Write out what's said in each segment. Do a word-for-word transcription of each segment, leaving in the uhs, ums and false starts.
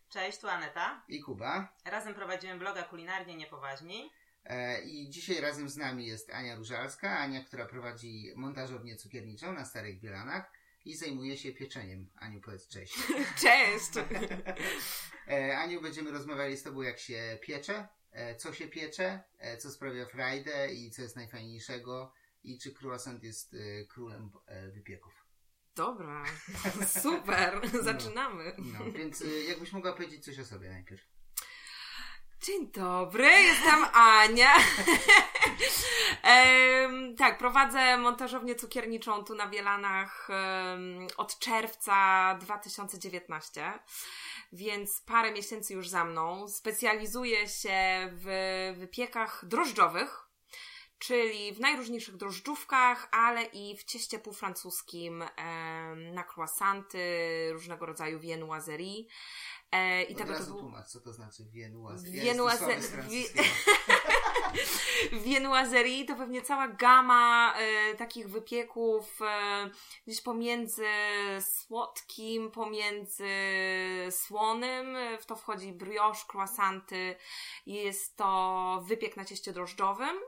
Cześć, tu Aneta i Kuba. Razem prowadzimy bloga Kulinarnie Niepoważni. E, I dzisiaj razem z nami jest Ania Różalska. Ania, która prowadzi montażownię cukierniczą na Starych Bielanach i zajmuje się pieczeniem. Aniu, powiedz cześć. Cześć! e, Aniu, będziemy rozmawiali z Tobą, jak się piecze, e, co się piecze, e, co sprawia frajdę i co jest najfajniejszego i czy croissant jest e, królem e, wypieków. Dobra, super, zaczynamy. No, no, więc e, jakbyś mogła powiedzieć coś o sobie najpierw. Dzień dobry, jestem Ania. ehm, tak, prowadzę montażownię cukierniczą tu na Bielanach um, od czerwca dwa tysiące dziewiętnastego, więc parę miesięcy już za mną. Specjalizuję się w wypiekach drożdżowych, czyli w najróżniejszych drożdżówkach, ale i w cieście półfrancuskim em, na croissanty, różnego rodzaju viennoiserie. E, i Od tego razu to był... tłumacz, co to znaczy viennoiserie. Viennoiserie Viennoiserie to pewnie cała gama e, takich wypieków e, gdzieś pomiędzy słodkim, pomiędzy słonym. W to wchodzi brioche, croissanty. Jest to wypiek na cieście drożdżowym.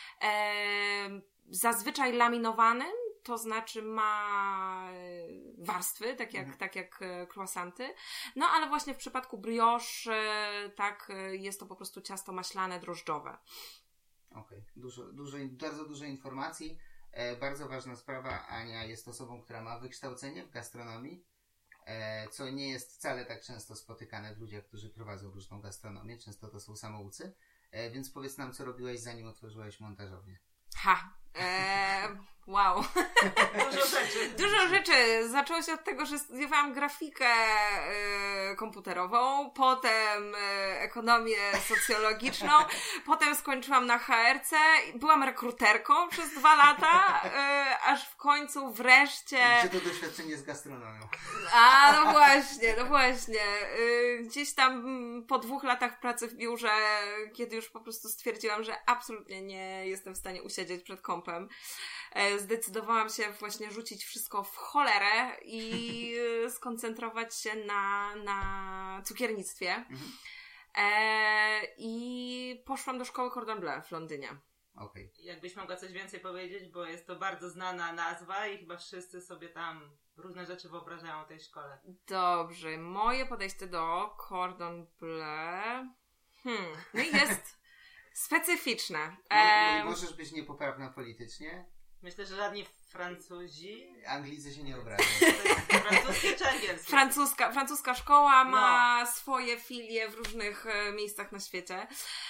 E, zazwyczaj laminowanym, to znaczy ma warstwy, tak jak, mhm. tak jak croissanty. No ale właśnie w przypadku brioche, tak, jest to po prostu ciasto maślane, drożdżowe. Okej, okay. dużo, dużo, bardzo dużo informacji. E, bardzo ważna sprawa, Ania jest osobą, która ma wykształcenie w gastronomii, e, co nie jest wcale tak często spotykane w ludziach, którzy prowadzą różną gastronomię. Często to są samoucy. E, więc powiedz nam, co robiłaś, zanim otworzyłaś montażownię. Ha! Eee, wow. Dużo rzeczy. Dużo rzeczy. Zaczęło się od tego, że studiowałam grafikę e, komputerową, potem e, ekonomię socjologiczną, potem skończyłam na H R C, byłam rekruterką przez dwa lata, e, aż w końcu wreszcie... Gdzie to doświadczenie z gastronomią? A, no właśnie, no właśnie. E, gdzieś tam po dwóch latach pracy w biurze, kiedy już po prostu stwierdziłam, że absolutnie nie jestem w stanie usiedzieć przed kompem, zdecydowałam się właśnie rzucić wszystko w cholerę i skoncentrować się na, na cukiernictwie. Mhm. E, I poszłam do szkoły Cordon Bleu w Londynie. Okay. Jakbyś mogła coś więcej powiedzieć, bo jest to bardzo znana nazwa i chyba wszyscy sobie tam różne rzeczy wyobrażają o tej szkole. Dobrze, moje podejście do Cordon Bleu hmm. no i jest specyficzne. E... Możesz być niepoprawna politycznie. Myślę, że żadni Francuzi... Anglicy się nie obrażą. Francuskie czy angielskie? Francuska, francuska szkoła ma no. swoje filie w różnych e, miejscach na świecie.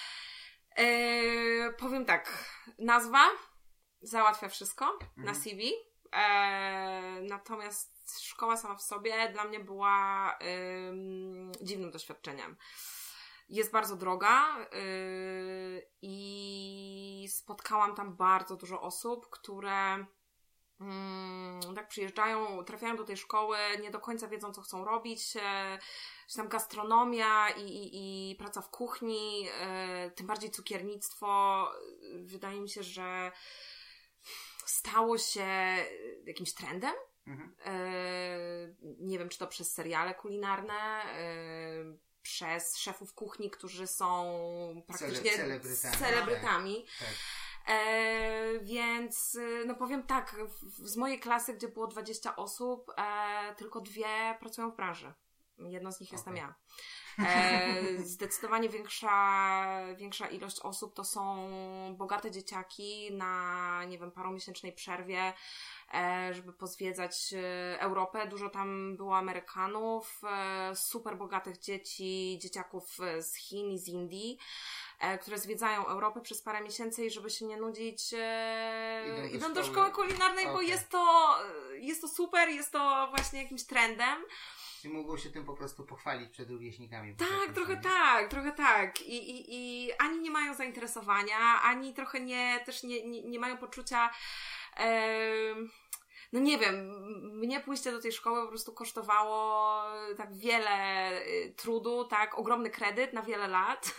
E, powiem tak, nazwa załatwia wszystko mhm. na C V. E, natomiast szkoła sama w sobie dla mnie była e, dziwnym doświadczeniem. Jest bardzo droga yy, i spotkałam tam bardzo dużo osób, które yy, tak przyjeżdżają, trafiają do tej szkoły, nie do końca wiedzą, co chcą robić. Yy, tam gastronomia i, i, i praca w kuchni, yy, tym bardziej cukiernictwo. Yy, wydaje mi się, że stało się jakimś trendem. Mhm. Yy, nie wiem, czy to przez seriale kulinarne, yy, przez szefów kuchni, którzy są praktycznie Cele, celebrytami. celebrytami. Tak, tak. E, więc no powiem tak, w, z mojej klasy, gdzie było dwadzieścia osób, e, tylko dwie pracują w branży. Jedno z nich jestem okay. ja. E, zdecydowanie większa, większa ilość osób to są bogate dzieciaki na, nie wiem, paromiesięcznej przerwie, żeby pozwiedzać Europę. Dużo tam było Amerykanów, super bogatych dzieci, dzieciaków z Chin i z Indii, które zwiedzają Europę przez parę miesięcy i żeby się nie nudzić, idą do, idą szkoły. do szkoły kulinarnej, okay. bo jest to, jest to super, jest to właśnie jakimś trendem. Czyli mogą się tym po prostu pochwalić przed rówieśnikami. Tak, trochę tak, trochę tak. I, i, i ani nie mają zainteresowania, ani trochę nie, też nie, nie, nie mają poczucia... E, no nie wiem, mnie pójście do tej szkoły po prostu kosztowało tak wiele y, trudu, tak, ogromny kredyt na wiele lat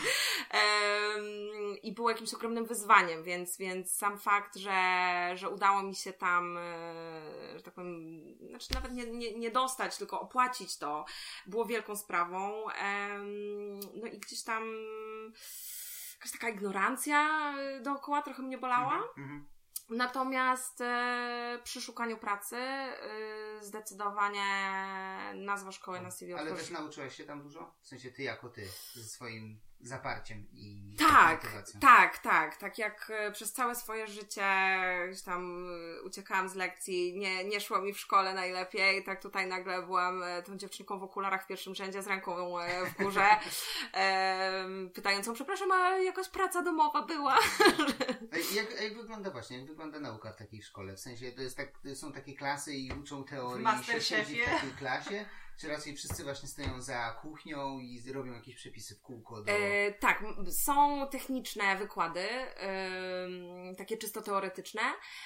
um, i było jakimś ogromnym wyzwaniem, więc, więc sam fakt, że, że udało mi się tam, y, że tak powiem, znaczy nawet nie, nie, nie dostać, tylko opłacić to, było wielką sprawą. Um, no i gdzieś tam jakaś taka ignorancja dookoła trochę mnie bolała. Mm-hmm. Natomiast e, przy szukaniu pracy e, zdecydowanie nazwa szkoły na C V. Ale też nauczyłaś się tam dużo? W sensie ty jako ty, ze swoim zaparciem i tak, motywacją. Tak, tak. Tak jak przez całe swoje życie gdzieś tam uciekałam z lekcji, nie, nie szło mi w szkole najlepiej, tak tutaj nagle byłam tą dziewczynką w okularach w pierwszym rzędzie z ręką w górze, e, pytającą, przepraszam, a jakaś praca domowa była? Jak, jak wygląda właśnie, jak wygląda nauka w takiej szkole? W sensie to jest tak, to są takie klasy i uczą teorii i się siedzi w takiej klasie? Czy raczej wszyscy właśnie stoją za kuchnią i robią jakieś przepisy w kółko? Do... E, tak, są techniczne wykłady, e, takie czysto teoretyczne,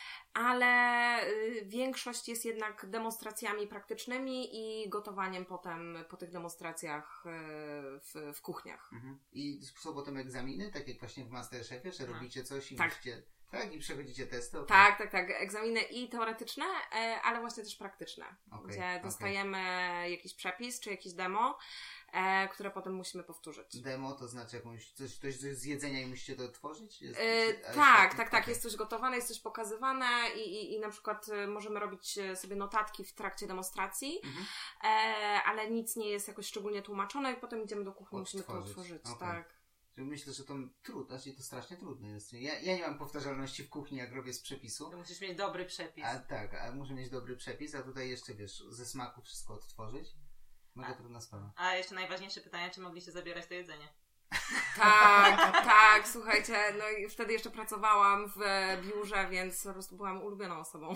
ale większość jest jednak demonstracjami praktycznymi i gotowaniem potem po tych demonstracjach w, w kuchniach. Mhm. I są potem egzaminy, tak jak właśnie w Masterchefie, że robicie coś i tak. musicie... Tak, i przechodzicie testy? Okay. Tak, tak, tak. Egzaminy i teoretyczne, ale właśnie też praktyczne. Okay, gdzie okay. dostajemy jakiś przepis czy jakieś demo, e, które potem musimy powtórzyć. Demo to znaczy jakąś, coś, coś z jedzenia i musicie to otworzyć? Jest, e, czy, tak, tak, tak, tak. Jest coś gotowane, jest coś pokazywane i, i, i na przykład możemy robić sobie notatki w trakcie demonstracji, mhm. e, ale nic nie jest jakoś szczególnie tłumaczone i potem idziemy do kuchni i musimy to otworzyć. Okay. Tak. Myślę, że to trudno, znaczy to strasznie trudne jest. Ja, ja nie mam powtarzalności w kuchni, jak robię z przepisu. To musisz mieć dobry przepis. A tak, a muszę mieć dobry przepis, a tutaj jeszcze, wiesz, ze smaku wszystko odtworzyć. Mega a, trudna sprawa. A jeszcze najważniejsze pytanie, czy mogliście zabierać to jedzenie? Tak, tak, słuchajcie, no i wtedy jeszcze pracowałam w biurze, więc po prostu byłam ulubioną osobą.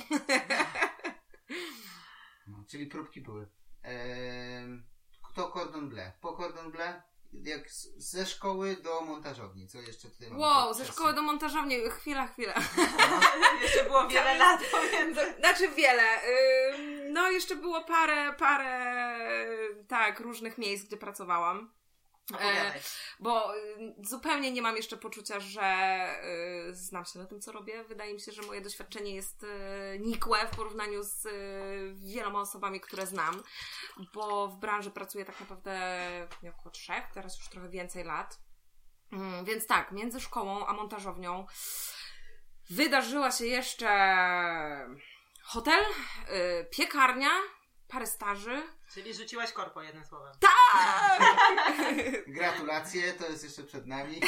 No, czyli próbki były. Eee, to cordon bleu. Po cordon bleu jak ze szkoły do montażowni, co jeszcze tutaj mamy? Wow, ze szkoły do montażowni, chwila, chwila. No. Jeszcze było wiele lat pomiędzy. Znaczy wiele. No jeszcze było parę, parę tak, różnych miejsc, gdzie pracowałam. E, bo zupełnie nie mam jeszcze poczucia, że y, znam się na tym, co robię. Wydaje mi się, że moje doświadczenie jest y, nikłe w porównaniu z y, wieloma osobami, które znam, bo w branży pracuję tak naprawdę około trzech, teraz już trochę więcej lat. Mm, więc tak, między szkołą a montażownią wydarzyła się jeszcze hotel, y, piekarnia, parę staży. Czyli rzuciłaś korpo, jednym słowem. Tak! Gratulacje, to jest jeszcze przed nami.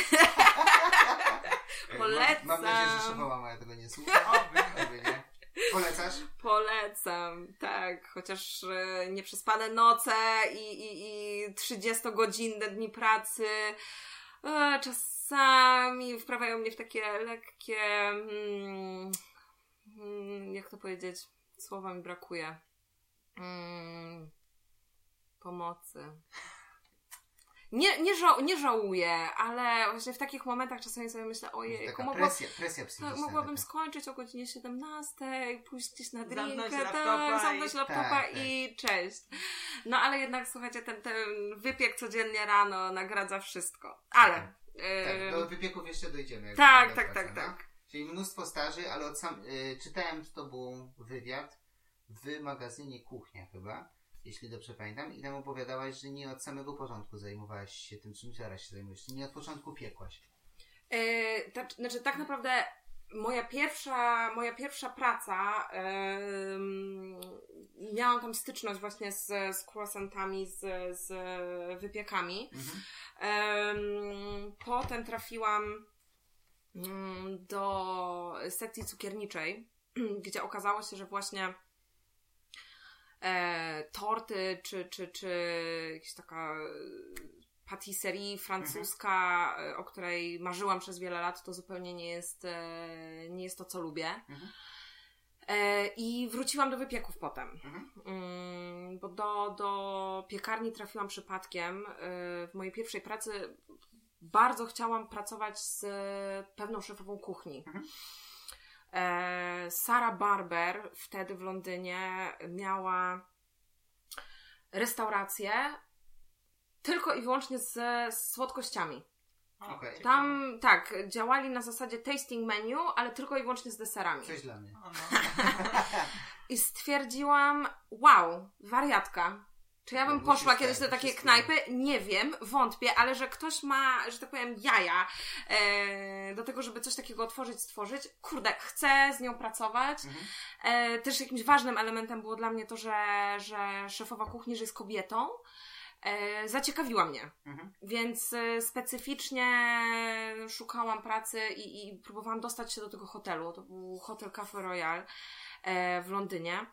Polecam. Mam, mam nadzieję, że szefowa moja tego nie słucha. Oby, oby nie. Polecasz? Polecam, tak. Chociaż e, nieprzespane noce i, i, i trzydziestogodzinne dni pracy e, czasami wprawiają mnie w takie lekkie... Hmm, hmm, jak to powiedzieć? Słowa mi brakuje. Hmm, pomocy. Nie, nie, ża- nie żałuję, ale właśnie w takich momentach czasami sobie myślę, ojej, taka mogła, presja, presja psychiczna. tak, mogłabym taka. skończyć o godzinie siedemnastej, pójść gdzieś na drinkę, zamknąć tak, laptopa, zamknąć i... laptopa tak, i cześć. No ale jednak, słuchajcie, ten, ten wypiek codziennie rano nagradza wszystko. Ale... Tak, yy... do wypieków jeszcze dojdziemy. Tak, tak, praca, tak, no? tak. Czyli mnóstwo staży, ale od sam, y, czytałem z tobą wywiad w magazynie Kuchnia chyba, jeśli dobrze pamiętam, i tam opowiadałaś, że nie od samego początku zajmowałaś się tym, czym teraz się zajmujesz, nie od początku piekłaś. Yy, tak, znaczy tak naprawdę moja pierwsza, moja pierwsza praca, yy, miałam tam styczność właśnie z, z croissantami, z, z wypiekami. Mhm. Yy, potem trafiłam yy, do sekcji cukierniczej, gdzie okazało się, że właśnie E, torty, czy, czy, czy jakaś taka patisserie francuska, mhm. o której marzyłam przez wiele lat, to zupełnie nie jest, e, nie jest to, co lubię. Mhm. E, I wróciłam do wypieków potem. Mhm. Mm, bo do, do piekarni trafiłam przypadkiem. E, w mojej pierwszej pracy bardzo chciałam pracować z pewną szefową kuchni. Mhm. E, Sarah Barber wtedy w Londynie miała restaurację tylko i wyłącznie z, z słodkościami. Okay. Tam, tak, działali na zasadzie tasting menu, ale tylko i wyłącznie z deserami. Coś dla mnie. O, no. I stwierdziłam, wow, wariatka. Czy ja bym Musisz poszła tak, kiedyś do takiej wszystko. knajpy? Nie wiem, wątpię, ale że ktoś ma, że tak powiem, jaja e, do tego, żeby coś takiego otworzyć, stworzyć. Kurde, chcę z nią pracować. Mhm. E, też jakimś ważnym elementem było dla mnie to, że, że szefowa kuchni, że jest kobietą. E, zaciekawiła mnie. Mhm. Więc e, specyficznie szukałam pracy i, i próbowałam dostać się do tego hotelu. To był hotel Cafe Royal e, w Londynie.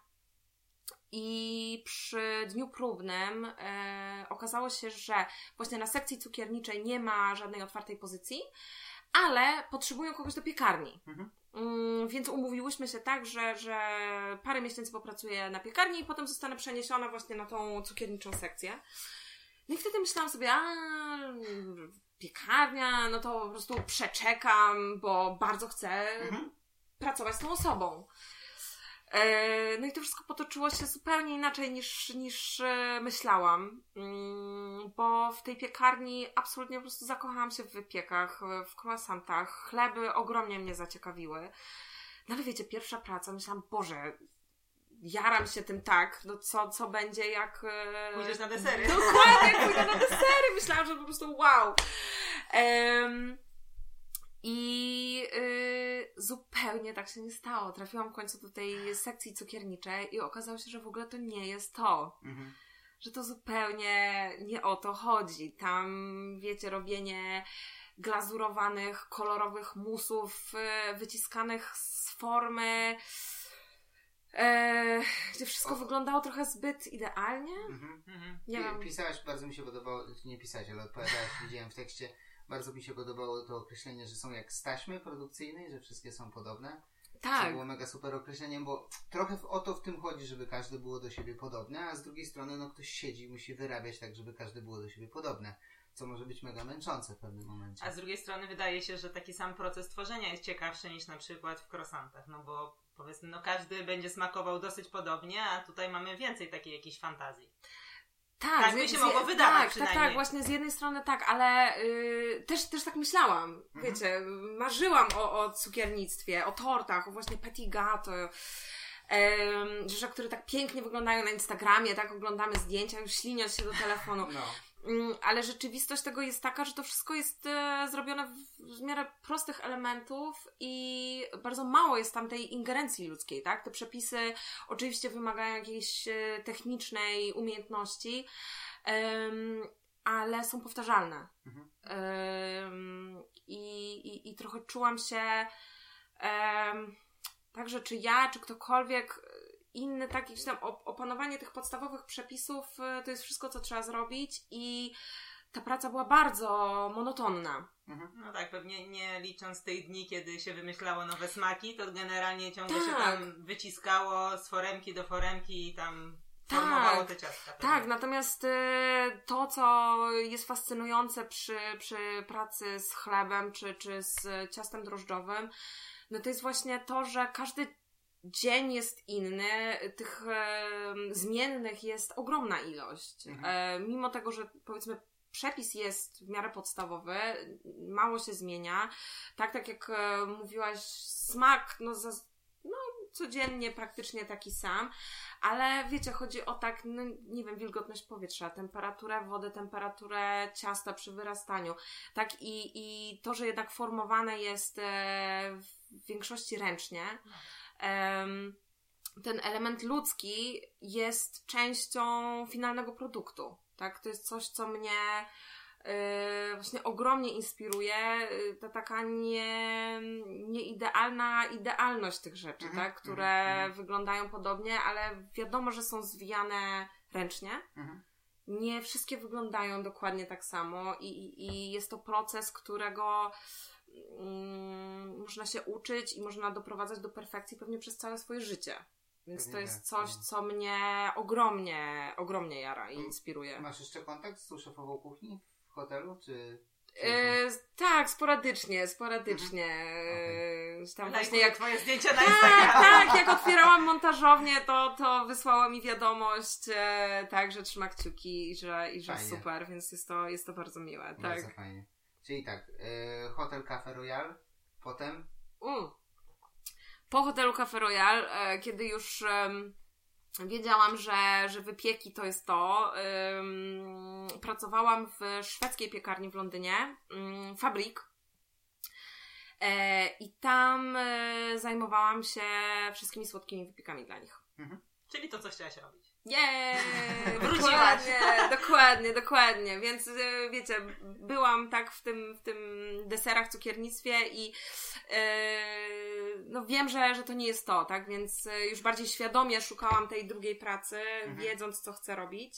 I przy dniu próbnym e, okazało się, że właśnie na sekcji cukierniczej nie ma żadnej otwartej pozycji, ale potrzebują kogoś do piekarni. Mhm. Mm, więc umówiłyśmy się tak, że, że parę miesięcy popracuję na piekarni i potem zostanę przeniesiona właśnie na tą cukierniczą sekcję. No i wtedy myślałam sobie, a piekarnia, no to po prostu przeczekam, bo bardzo chcę Mhm. pracować z tą osobą. No i to wszystko potoczyło się zupełnie inaczej niż, niż myślałam, bo w tej piekarni absolutnie po prostu zakochałam się w wypiekach, w croissantach, chleby ogromnie mnie zaciekawiły. No ale wiecie, pierwsza praca, myślałam, Boże, jaram się tym tak, no co, co będzie jak... Pójdziesz na desery. Dokładnie, jak pójdę na desery, myślałam, że po prostu wow. Um, I yy, zupełnie tak się nie stało. Trafiłam w końcu do tej sekcji cukierniczej i okazało się, że w ogóle to nie jest to. Mhm. Że to zupełnie nie o to chodzi. Tam, wiecie, robienie glazurowanych, kolorowych musów, yy, wyciskanych z formy, yy, gdzie wszystko O. wyglądało trochę zbyt idealnie. Mhm. Mhm. Nie wiem. Pisałaś, bardzo mi się podobało, nie pisałaś, ale odpowiadałaś, widziałem w tekście. Bardzo mi się podobało to określenie, że są jak z taśmy produkcyjnej, że wszystkie są podobne. To Tak. było mega super określeniem, bo trochę w, o to w tym chodzi, żeby każde było do siebie podobne, a z drugiej strony no ktoś siedzi i musi wyrabiać tak, żeby każde było do siebie podobne, co może być mega męczące w pewnym momencie. A z drugiej strony wydaje się, że taki sam proces tworzenia jest ciekawszy niż na przykład w croissantach, no bo powiedzmy, no każdy będzie smakował dosyć podobnie, a tutaj mamy więcej takiej jakiejś fantazji. Tak, Tak z- by się z- mogło wydawać tak, tak, przynajmniej. tak, właśnie z jednej strony tak, ale yy, też, też tak myślałam, Mhm. wiecie, marzyłam o, o cukiernictwie, o tortach, o właśnie petit gâteau, yy, rzeczach, które tak pięknie wyglądają na Instagramie, tak oglądamy zdjęcia, już śliniąc się do telefonu. No. Mm, ale rzeczywistość tego jest taka, że to wszystko jest e, zrobione w, w miarę prostych elementów i bardzo mało jest tam tej ingerencji ludzkiej, tak? Te przepisy oczywiście wymagają jakiejś e, technicznej umiejętności, em, ale są powtarzalne. Mhm. Em, i, i, I trochę czułam się em, tak, że czy ja, czy ktokolwiek inny, tak, jakieś tam op- opanowanie tych podstawowych przepisów y, to jest wszystko, co trzeba zrobić i ta praca była bardzo monotonna. Mhm. No tak, pewnie nie licząc tych dni, kiedy się wymyślało nowe smaki, to generalnie ciągle się Tak. tam wyciskało z foremki do foremki i tam Tak. formowało te ciastka. pewnie. Tak, natomiast y, to, co jest fascynujące przy, przy pracy z chlebem czy, czy z ciastem drożdżowym, no to jest właśnie to, że każdy dzień jest inny, tych e, zmiennych jest ogromna ilość. Mhm. E, mimo tego, że powiedzmy przepis jest w miarę podstawowy, mało się zmienia. Tak, tak jak e, mówiłaś, smak, no, za, no codziennie praktycznie taki sam, ale wiecie, chodzi o tak, no, nie wiem, wilgotność powietrza, temperaturę wody, temperaturę ciasta przy wyrastaniu, tak, i, i to, że jednak formowane jest e, w większości ręcznie. Um, ten element ludzki jest częścią finalnego produktu, tak? To jest coś, co mnie yy, właśnie ogromnie inspiruje, yy, ta taka nie, nieidealna idealność tych rzeczy, Mhm, tak? Które mhm. wyglądają podobnie, ale wiadomo, że są zwijane ręcznie. Mhm. Nie wszystkie wyglądają dokładnie tak samo i, i, i jest to proces, którego mm, można się uczyć i można doprowadzać do perfekcji pewnie przez całe swoje życie. Więc Pewnie to jest tak, coś, no. co mnie ogromnie, ogromnie jara i inspiruje. Masz jeszcze kontakt z tą szefową kuchni w hotelu, czy... E, tak, sporadycznie, sporadycznie. Mhm. E, tam Lajkuję właśnie jak twoje zdjęcia na tak, Instagramie. tak, jak otwierałam montażownię, to, to wysłała mi wiadomość, e, tak, że trzyma kciuki i że, i że Fajnie. super, więc jest to, jest to bardzo miłe. Tak. Bardzo fajnie. Czyli tak, y, Hotel Cafe Royal, potem? Mm. Po hotelu Cafe Royal, e, kiedy już em, wiedziałam, że, że wypieki to jest to, em, pracowałam w szwedzkiej piekarni w Londynie, um, Fabrik. E, I tam e, zajmowałam się wszystkimi słodkimi wypiekami dla nich. Mhm. Czyli to, co chciałaś robić. Nie, Wróciłaś. dokładnie, dokładnie, dokładnie, więc e, wiecie, byłam tak w tym, w tym deserach, cukiernictwie i e, no wiem, że, że to nie jest to, tak, więc e, już bardziej świadomie szukałam tej drugiej pracy, Mhm. wiedząc, co chcę robić.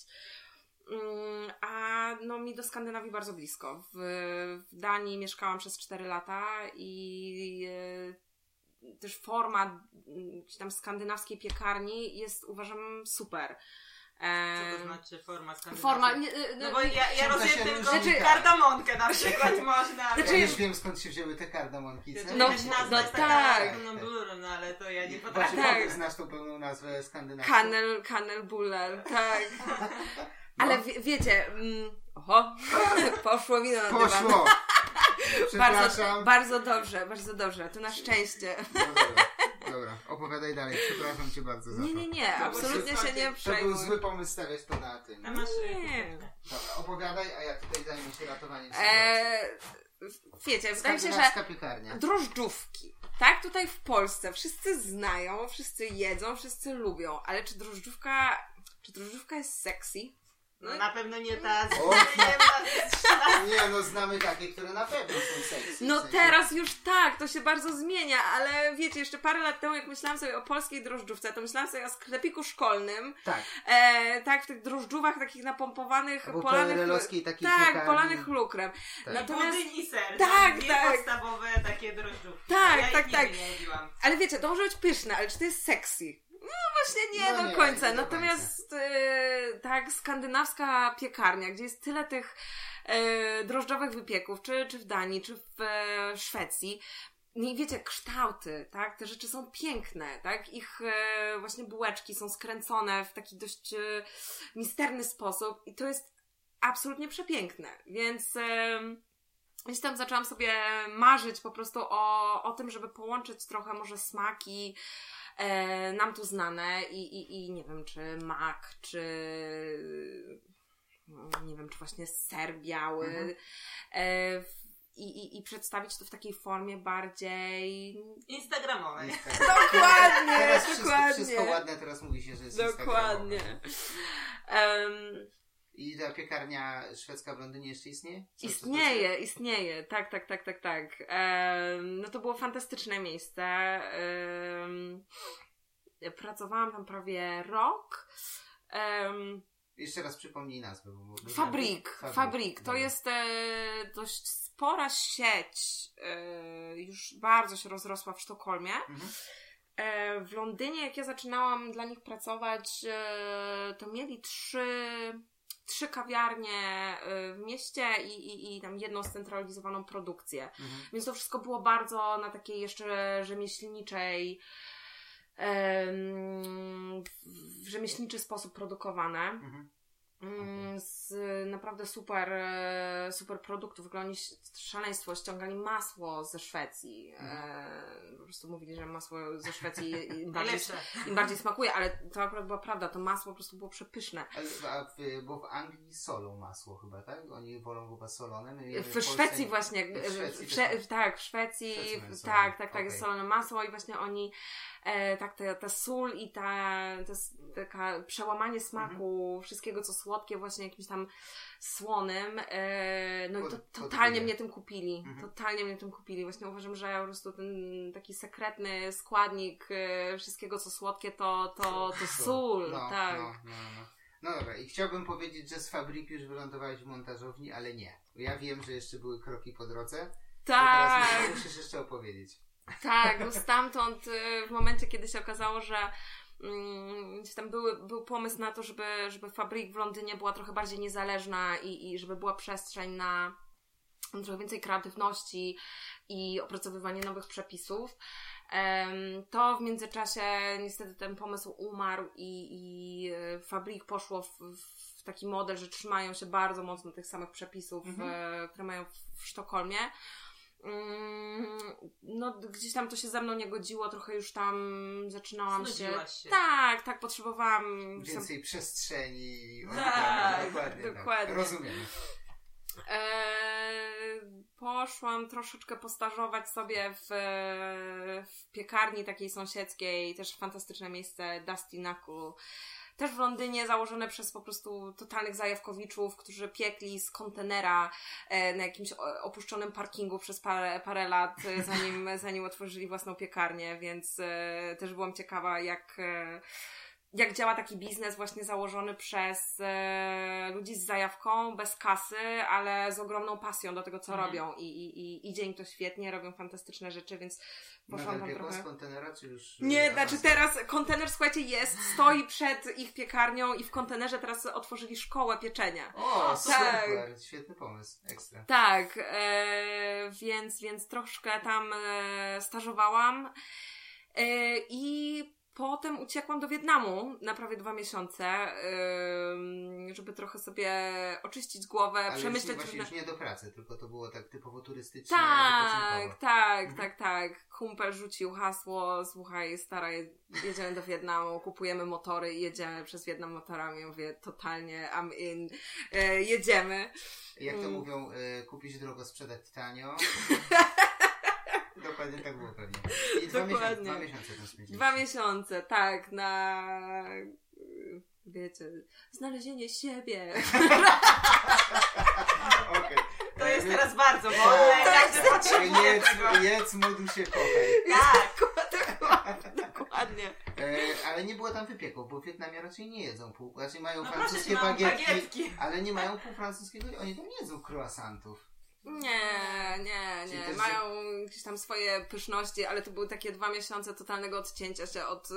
Mm, A no mi do Skandynawii bardzo blisko. W, w Danii mieszkałam przez cztery lata i e, też forma mm, gdzieś tam skandynawskiej piekarni jest, uważam, super. E, Co to znaczy forma skandynawska? Forma, nie, e, No bo ja, ja Czym to rozumiem się tylko różni? znaczy, kardamonkę na przykład można. Znaczy- Ja już wiem, skąd się wzięły te kardamonki. co? No, Jakaś nazwa no jest taka, tak. No, blur, no ale to ja nie Właśnie potrafię. tak. znasz tą pełną nazwę skandynawską? Kanel, Kanelbuller, tak. Ale No. wie, wiecie, mm, oho, poszło wino na dywan. Poszło! Bardzo, Przepraszam. bardzo dobrze, bardzo dobrze, to na szczęście. No dobra, dobra, opowiadaj dalej. Przepraszam cię bardzo za Nie, to. nie, nie, absolutnie się nie To był przejmuj. zły pomysł stawiać to na tym. A masz Nie. Dobra, opowiadaj, a ja tutaj zajmę się ratowaniem sytuacji. Eee, wiecie, wydaje mi się, że Skandynawska piekarnia. drożdżówki. Tak, tutaj w Polsce wszyscy znają, wszyscy jedzą, wszyscy lubią, ale czy drożdżówka, czy drożdżówka jest sexy? No na pewno nie ta z O, nie Nie, no znamy takie, które na pewno są sexy. No w sensie- teraz już tak, to się bardzo zmienia, ale wiecie, jeszcze parę lat temu, jak myślałam sobie o polskiej drożdżówce, to myślałam sobie o sklepiku szkolnym, Tak. e, tak, w tych drożdżówach takich napompowanych, Albo polanych, PRL-owskiej takiej tak, piekarni. polanych lukrem. Tak. Natomiast, budyń i ser. Tak, Dwie tak. podstawowe takie drożdżówki. Tak, ja ich tak, nigdy tak. nie lubiłam. ale wiecie, to może być pyszne, ale czy to jest sexy? No właśnie nie No do nie, końca. nie do Natomiast e, tak, skandynawska piekarnia, gdzie jest tyle tych e, drożdżowych wypieków, czy, czy w Danii, czy w e, Szwecji. Nie wiecie, kształty, tak? Te rzeczy są piękne, tak? Ich e, właśnie bułeczki są skręcone w taki dość e, misterny sposób i to jest absolutnie przepiękne. Więc e, gdzieś tam zaczęłam sobie marzyć po prostu o, o tym, żeby połączyć trochę może smaki e, nam tu znane i, i, i nie wiem, czy mak, czy no, nie wiem, czy właśnie ser biały Mhm. e, w- i, i, i przedstawić to w takiej formie bardziej Instagramowej. dokładnie, Teraz wszystko, dokładnie wszystko ładne, teraz mówi się, że jest dokładnie instagramowe. um, I ta piekarnia szwedzka w Londynie jeszcze istnieje? Co- co- co- Istnieje, istnieje, tak, tak, tak, tak, tak. Em, no to było fantastyczne miejsce. Em, pracowałam tam prawie rok. Em, Jeszcze raz przypomnij nazwę. Bo, bo Fabrik, Fabrik. Fabrik. To Dobra. jest e, dość spora sieć. E, już bardzo się rozrosła w Sztokholmie. Mhm. E, w Londynie, jak ja zaczynałam dla nich pracować, e, to mieli trzy, trzy kawiarnie e, w mieście i, i, i tam jedną scentralizowaną produkcję. Mhm. Więc to wszystko było bardzo na takiej jeszcze rzemieślniczej, em, w rzemieślniczy sposób produkowane. Mhm. Mm, z naprawdę super, e, super produktów. W ogóle oni ś- szaleństwo ściągali masło ze Szwecji. E, po prostu mówili, że masło ze Szwecji im bardziej, Najlepsze. im bardziej smakuje, ale to akurat była prawda. To masło po prostu było przepyszne. Ale, a w, bo w Anglii solą masło chyba, tak? Oni wolą chyba solone. My wiemy, W Polsce Szwecji nie- właśnie, w w Szwecji w, też- tak, w Szwecji, Szwecji mają w, solone. tak, tak, tak, jest Okej. solone masło i właśnie oni, e, tak, ta, ta sól i ta, ta s- taka przełamanie smaku Mhm. wszystkiego, co słodkie, właśnie jakimś tam słonym, e, no i Pod- to podbija. totalnie mnie tym kupili, Mhm. totalnie mnie tym kupili. Właśnie uważam, że po prostu ten taki sekretny składnik e, wszystkiego, co słodkie, to, to, to sól, no, tak. No, no, no. no dobra, i chciałbym powiedzieć, że z Fabrik już wylądowałeś w montażowni, ale nie. Ja wiem, że jeszcze były kroki po drodze. Tak. I teraz musisz jeszcze opowiedzieć. Tak, no stamtąd y, w momencie, kiedy się okazało, że mm, gdzieś tam były, był pomysł na to, żeby, żeby Fabrik w Londynie była trochę bardziej niezależna i, i żeby była przestrzeń na, trochę więcej kreatywności i opracowywanie nowych przepisów. To w międzyczasie niestety ten pomysł umarł i, i Fabrik poszło w, w taki model, że trzymają się bardzo mocno tych samych przepisów, mhm. które mają w, w Sztokholmie. No gdzieś tam to się ze mną nie godziło, trochę już tam zaczynałam się... się. Tak, tak, potrzebowałam... Więcej sam... przestrzeni. Tak, dokładnie. dokładnie. Tak. Rozumiem. Eee, poszłam troszeczkę postażować sobie w, w piekarni takiej sąsiedzkiej, też fantastyczne miejsce, Dusty Knuckle. Też w Londynie, założone przez po prostu totalnych zajawkowiczów, którzy piekli z kontenera e, na jakimś opuszczonym parkingu przez parę, parę lat, zanim, zanim otworzyli własną piekarnię, więc e, też byłam ciekawa, jak... E, jak działa taki biznes właśnie założony przez e, ludzi z zajawką, bez kasy, ale z ogromną pasją do tego, co mhm. robią i, i, i idzie im to świetnie, robią fantastyczne rzeczy, więc poszłam tam trochę... z kontenera, czy już... Nie, znaczy teraz kontener, słuchajcie, jest, stoi przed ich piekarnią i w kontenerze teraz otworzyli szkołę pieczenia. O, super, tak. Świetny pomysł, ekstra. Tak, e, więc, więc troszkę tam e, stażowałam e, i potem uciekłam do Wietnamu na prawie dwa miesiące, yy, żeby trochę sobie oczyścić głowę, ale przemyśleć... Ale różne... już nie do pracy, tylko to było tak typowo turystycznie, Tak, tak, mhm. tak, tak. Kumpel rzucił hasło, słuchaj stara, jedziemy do Wietnamu, kupujemy motory i jedziemy przez Wietnam motorami. Mówię, totalnie, I'm in, yy, jedziemy. Jak to mm. mówią, yy, kupić drogo, sprzedać tanio. Dokładnie tak było pewnie. I dwa miesiące, dwa miesiące tam spędziliście. Dwa miesiące, tak, na... wiecie, znalezienie siebie. Okay. To jest e, teraz bardzo modne. Tak, tak, tak, jedz, jedz, módl się, kochaj. Tak, dokładnie. E, ale nie było tam wypieków, bo w Wietnamie raczej nie jedzą pół... Znaczy mają no francuskie proszę, bagietki, bagietki, ale nie mają pół francuskiego, oni tam nie jedzą croissantów. Nie, nie, nie. Mają jakieś tam swoje pyszności, ale to były takie dwa miesiące totalnego odcięcia się od y,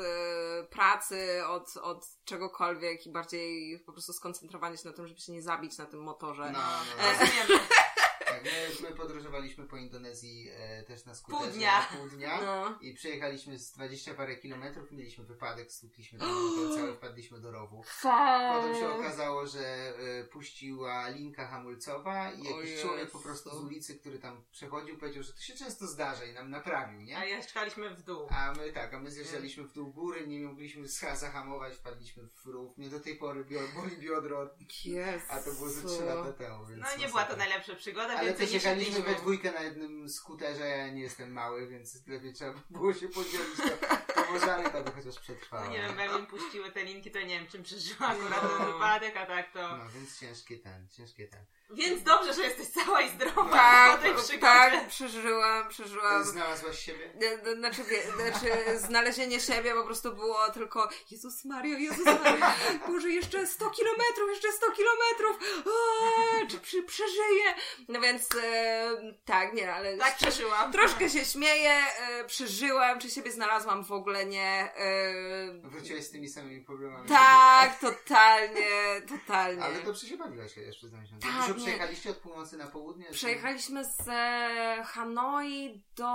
pracy, od, od czegokolwiek i bardziej po prostu skoncentrowanie się na tym, żeby się nie zabić na tym motorze. No, no, no. Tak, my, my podróżowaliśmy po Indonezji e, też na skuterze. Pół dnia. Pół dnia no. I przejechaliśmy z dwadzieścia parę kilometrów, mieliśmy wypadek, stukliśmy do motor, cały wpadliśmy do rowu. Potem się okazało, że e, puściła linka hamulcowa i jakiś człowiek po prostu z ulicy, który tam przechodził, powiedział, że to się często zdarza i nam naprawił, nie? A jechaliśmy w dół. A my tak, a my zjeżdżaliśmy w dół góry, nie mogliśmy zahamować, wpadliśmy w rów. Mnie do tej pory boli biodro, yes. a to było ze trzy lata temu. Więc no nie była to najlepsza przygoda, ale więc też jechaliśmy we dwójkę na jednym skuterze, ja nie jestem mały, więc lepiej trzeba było się podzielić, to, to może ale to by chociaż przetrwało. No nie wiem, jak mi puściły te linki, to nie wiem, czym przeżyła akurat ten wypadek, a tak to... No więc ciężkie ten, ciężkie ten. Więc dobrze, że jesteś cała i zdrowa tak, po tej przygodzie. Tak, przeżyłam, przeżyłam. Znalazłaś siebie? Znaczy, znaczy, znalezienie siebie po prostu było tylko Jezus Mario, Jezus Mario, Boże, jeszcze sto kilometrów, jeszcze sto kilometrów, o, czy przy, przeżyję? No więc e, tak, nie, ale... Tak, przeżyłam. Troszkę się śmieję, e, przeżyłam, czy siebie znalazłam w ogóle nie. E, Wróciłaś z tymi samymi problemami. Tak, totalnie, totalnie. Ale dobrze się bawiłaś jeszcze za miesiąc. Tak, Dużo przejechaliście od północy na południe? Przejechaliśmy z e, Hanoi do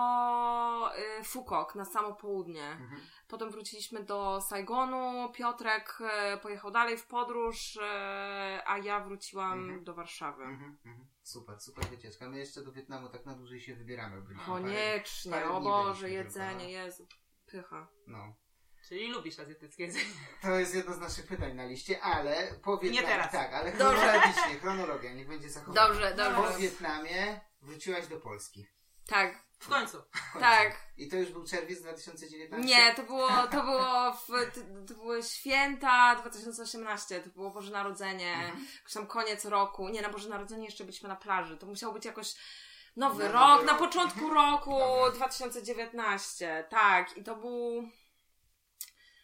e, Phuket na samo południe. Mhm. Potem wróciliśmy do Saigonu, Piotrek e, pojechał dalej w podróż, e, a ja wróciłam mhm. do Warszawy. Mhm, mhm. Super, super wycieczka. My jeszcze do Wietnamu tak na dłużej się wybieramy. Koniecznie, parę, parę o Boże, jedzenie, tylko, no. Jezu, pycha. No. Czyli lubisz azjatyckie jedzenie. To jest jedno z naszych pytań na liście, ale po Wietnamie... Nie teraz. Tak, ale chronologicznie, chronologia, niech będzie zachowana. Dobrze, dobrze. Po Wietnamie wróciłaś do Polski. Tak. W końcu. w końcu. Tak. I to już był czerwiec dwa tysiące dziewiętnasty? Nie, to było, to było, w, to były święta dwa tysiące osiemnaście, to było Boże Narodzenie, mhm. jakoś tam koniec roku. Nie, na Boże Narodzenie jeszcze byliśmy na plaży. To musiało być jakoś nowy na rok, nowy na rok. początku roku dwa tysiące dziewiętnasty. Tak, i to był...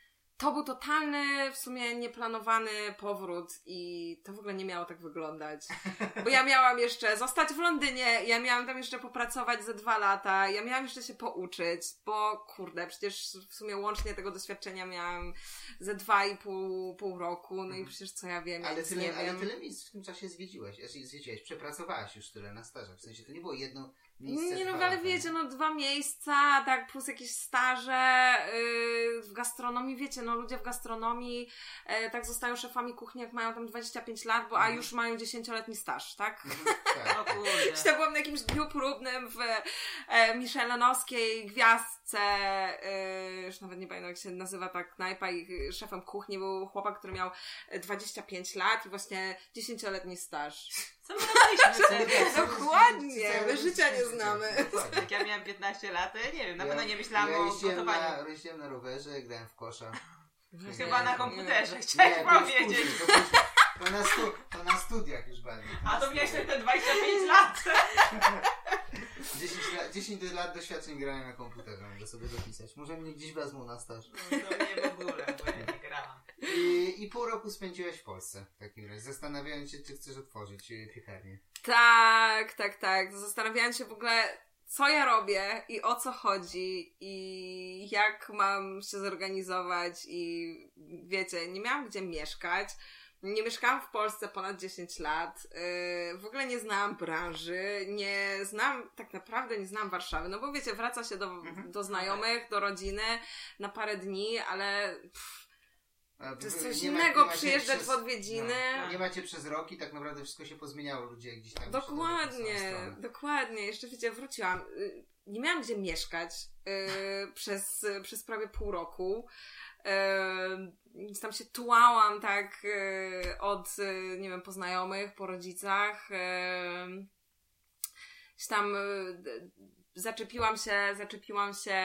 to był totalny, w sumie nieplanowany powrót i to w ogóle nie miało tak wyglądać. Bo ja miałam jeszcze zostać w Londynie, ja miałam tam jeszcze popracować ze dwa lata, ja miałam jeszcze się pouczyć, bo kurde, przecież w sumie łącznie tego doświadczenia miałam ze dwa i pół, pół roku, no mhm. i przecież co ja wiem, ale ja tyle, nie ale wiem. tyle miejsc w tym czasie zwiedziłaś, znaczy zwiedziłaś, przepracowałaś już tyle na stażach, w sensie to nie było jedno miejsce. Nie no, dwa ale lata. wiecie, no dwa miejsca, tak, plus jakieś staże yy, w gastronomii, wiecie, no ludzie w gastronomii yy, tak zostają szefami kuchni, jak mają tam dwadzieścia pięć lat, bo mhm. a już mają dziesięcioletni staż, tak? Mhm, tak. O kurde. Ja byłam na jakimś dniu próbnym w e, michelinowskiej gwiazdce, e, już nawet nie pamiętam jak się nazywa ta knajpa, i szefem kuchni był chłopak, który miał dwadzieścia pięć lat i właśnie dziesięcioletni staż. Co my robiliśmy? Dokładnie, my życia nie znamy. Jak ja miałam piętnaście lat, to ja nie wiem, na pewno nie myślałam ja o jeździłem gotowaniu. Na, jeździłem na rowerze, grałem w kosza. Chyba na komputerze, Nie, chciałeś to już powiedzieć. później, to, później. to, na stu, to na studiach już bardziej. A to miałeś te dwadzieścia pięć lat. dziesięć, lat, dziesięć lat doświadczeń grania na komputerze, mogę sobie zapisać. Może mnie gdzieś wezmą na staż. No to nie w ogóle, bo ja nie grałam. I, I pół roku spędziłeś w Polsce w takim razie, zastanawiając się, czy chcesz otworzyć piekarnię. Tak, tak, tak. Zastanawiałam się w ogóle, co ja robię i o co chodzi i jak mam się zorganizować i wiecie, nie miałam gdzie mieszkać. Nie mieszkałam w Polsce ponad dziesięć lat, yy, w ogóle nie znałam branży, nie znam, tak naprawdę nie znam Warszawy, no bo wiecie, wraca się do, Mhm. do znajomych, do rodziny na parę dni, ale pff, to jest coś nie ma- innego nie macie przyjeżdżać przez- w odwiedziny. No, nie macie przez rok i tak naprawdę wszystko się pozmieniało, ludzie gdzieś tam... Dokładnie, dokładnie. Jeszcze wiecie, wróciłam. Y, Nie miałam gdzie mieszkać y, przez, przez prawie pół roku. Więc tam się tułałam tak y, od, y, nie wiem, po znajomych, po rodzicach. Y, gdzieś tam y, zaczepiłam się, zaczepiłam się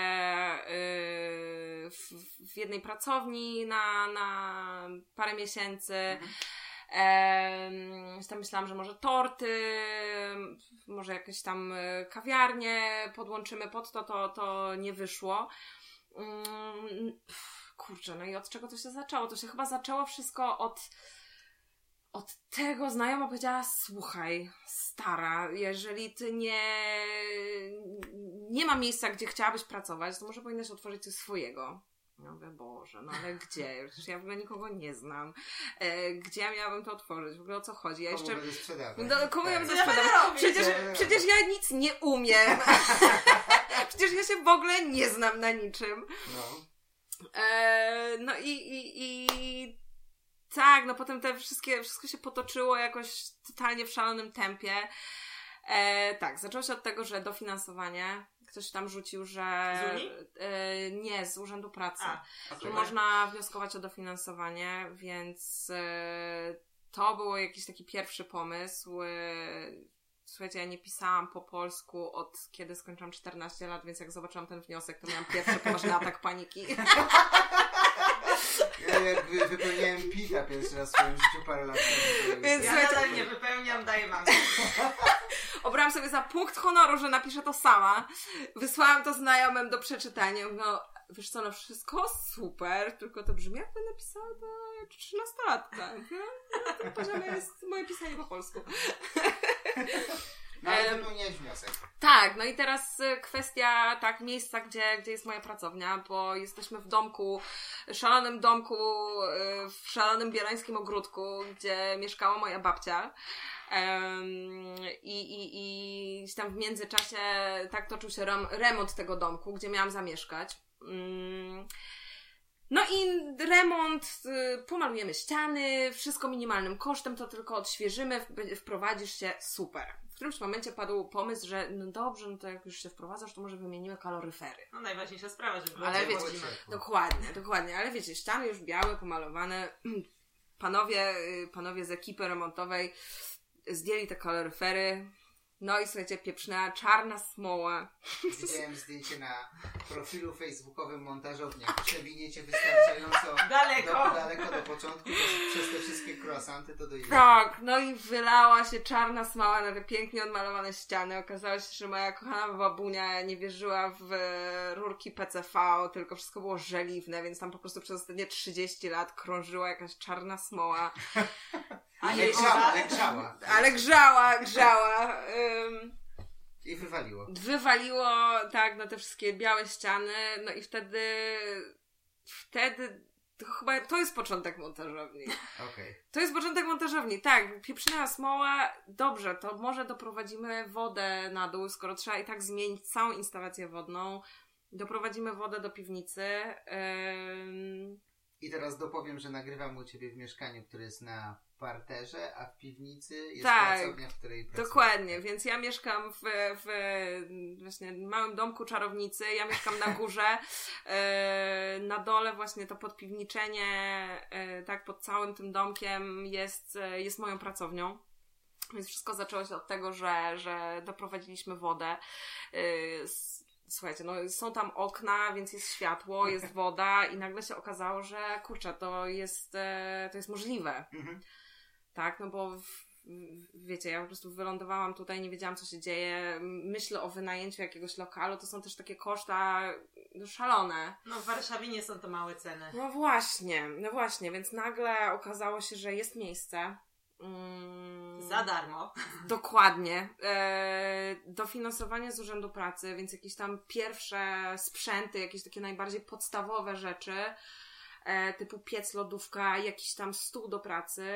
y, w, w jednej pracowni na, na parę miesięcy. Mhm. Ehm, tam myślałam, że może torty, może jakieś tam kawiarnie podłączymy pod to, to, to nie wyszło. Um, kurczę, no i od czego to się zaczęło? To się chyba zaczęło wszystko od od tego znajoma powiedziała: słuchaj, stara, jeżeli ty nie nie ma miejsca, gdzie chciałabyś pracować, to może powinnaś otworzyć coś swojego. Ja mówię, Boże, no ale gdzie? Przecież ja w ogóle nikogo nie znam. E, gdzie ja miałabym to otworzyć? W ogóle o co chodzi? Ja komu jeszcze... będę sprzedawać? No, komu ja będę ja sprzedawać? Przecież, przecież ja nic nie umiem. Przecież ja się w ogóle nie znam na niczym. No, e, no i, i, i tak, no potem te wszystkie, wszystko się potoczyło jakoś totalnie w szalonym tempie. E, tak, zaczęło się od tego, że dofinansowanie. Ktoś tam rzucił, że... Z Unii? E, nie, z Urzędu Pracy. A, że można wnioskować o dofinansowanie, więc e, to był jakiś taki pierwszy pomysł. E, słuchajcie, ja nie pisałam po polsku od kiedy skończyłam czternaście lat, więc jak zobaczyłam ten wniosek, to miałam pierwszy poważny atak paniki. Ja jak wy, wypełniałem pita pierwszy raz w swoim życiu parę lat temu. Więc ja słuchajcie, nadal nie wypełniam, daję mam. obrałam sobie za punkt honoru, że napiszę to sama. Wysłałam to znajomym do przeczytania. No, wiesz co, no wszystko super, tylko to brzmi jakby napisała to trzynastolatka. No, na tym poziomie jest moje pisanie po polsku. No ale wypełniałeś wniosek. Tak, no i teraz kwestia tak miejsca, gdzie, gdzie jest moja pracownia, bo jesteśmy w domku, szalonym domku, w szalonym bielańskim ogródku, gdzie mieszkała moja babcia. Um, i, i, i tam w międzyczasie tak toczył się rem, remont tego domku, gdzie miałam zamieszkać. Um, no i remont, y, pomalujemy ściany, wszystko minimalnym kosztem, to tylko odświeżymy, wprowadzisz się, super. W którymś momencie padł pomysł, że no dobrze, no to jak już się wprowadzasz, to może wymienimy kaloryfery. No najważniejsza sprawa, żeby Ale było wiecie, zimno. dokładnie, dokładnie, ale wiecie, ściany już białe, pomalowane, panowie, panowie z ekipy remontowej zdjęli te kaloryfery, No i słuchajcie, pieprzna czarna smoła. Widziałem zdjęcie na profilu facebookowym montażownia. Przewiniecie wystarczająco daleko do, daleko do początku, przez te wszystkie croissanty to dojdzie. Tak, no i wylała się czarna smoła na te pięknie odmalowane ściany. Okazało się, że moja kochana babunia nie wierzyła w rurki P C V, tylko wszystko było żeliwne, więc tam po prostu przez ostatnie trzydzieści lat krążyła jakaś czarna smoła. Ale grzała, ale grzała. Ale grzała, grzała. Ym, I wywaliło. Wywaliło, tak, na te wszystkie białe ściany, no i wtedy, wtedy, to chyba, to jest początek montażowni. Okay. To jest początek montażowni, tak, pieprznęła smoła, dobrze, to może doprowadzimy wodę na dół, skoro trzeba i tak zmienić całą instalację wodną, doprowadzimy wodę do piwnicy. Ym... I teraz dopowiem, że nagrywam u Ciebie w mieszkaniu, które jest na parterze, a w piwnicy jest tak, pracownia, w której pracuję. Dokładnie, więc ja mieszkam w, w właśnie małym domku czarownicy, ja mieszkam na górze, yy, na dole właśnie to podpiwniczenie, yy, tak, pod całym tym domkiem jest, yy, jest moją pracownią. Więc wszystko zaczęło się od tego, że, że doprowadziliśmy wodę. Yy, Słuchajcie, no są tam okna, więc jest światło, jest woda i nagle się okazało, że kurczę, to jest, to jest możliwe. Mhm. Tak, no bo w, wiecie, ja po prostu wylądowałam tutaj, nie wiedziałam, co się dzieje. Myślę o wynajęciu jakiegoś lokalu, to są też takie koszta no, szalone. No w Warszawie nie są to małe ceny. No właśnie, no właśnie, więc nagle okazało się, że jest miejsce. Mm, za darmo. Dokładnie. E, dofinansowanie z Urzędu Pracy, więc jakieś tam pierwsze sprzęty, jakieś takie najbardziej podstawowe rzeczy, e, typu piec, lodówka, jakiś tam stół do pracy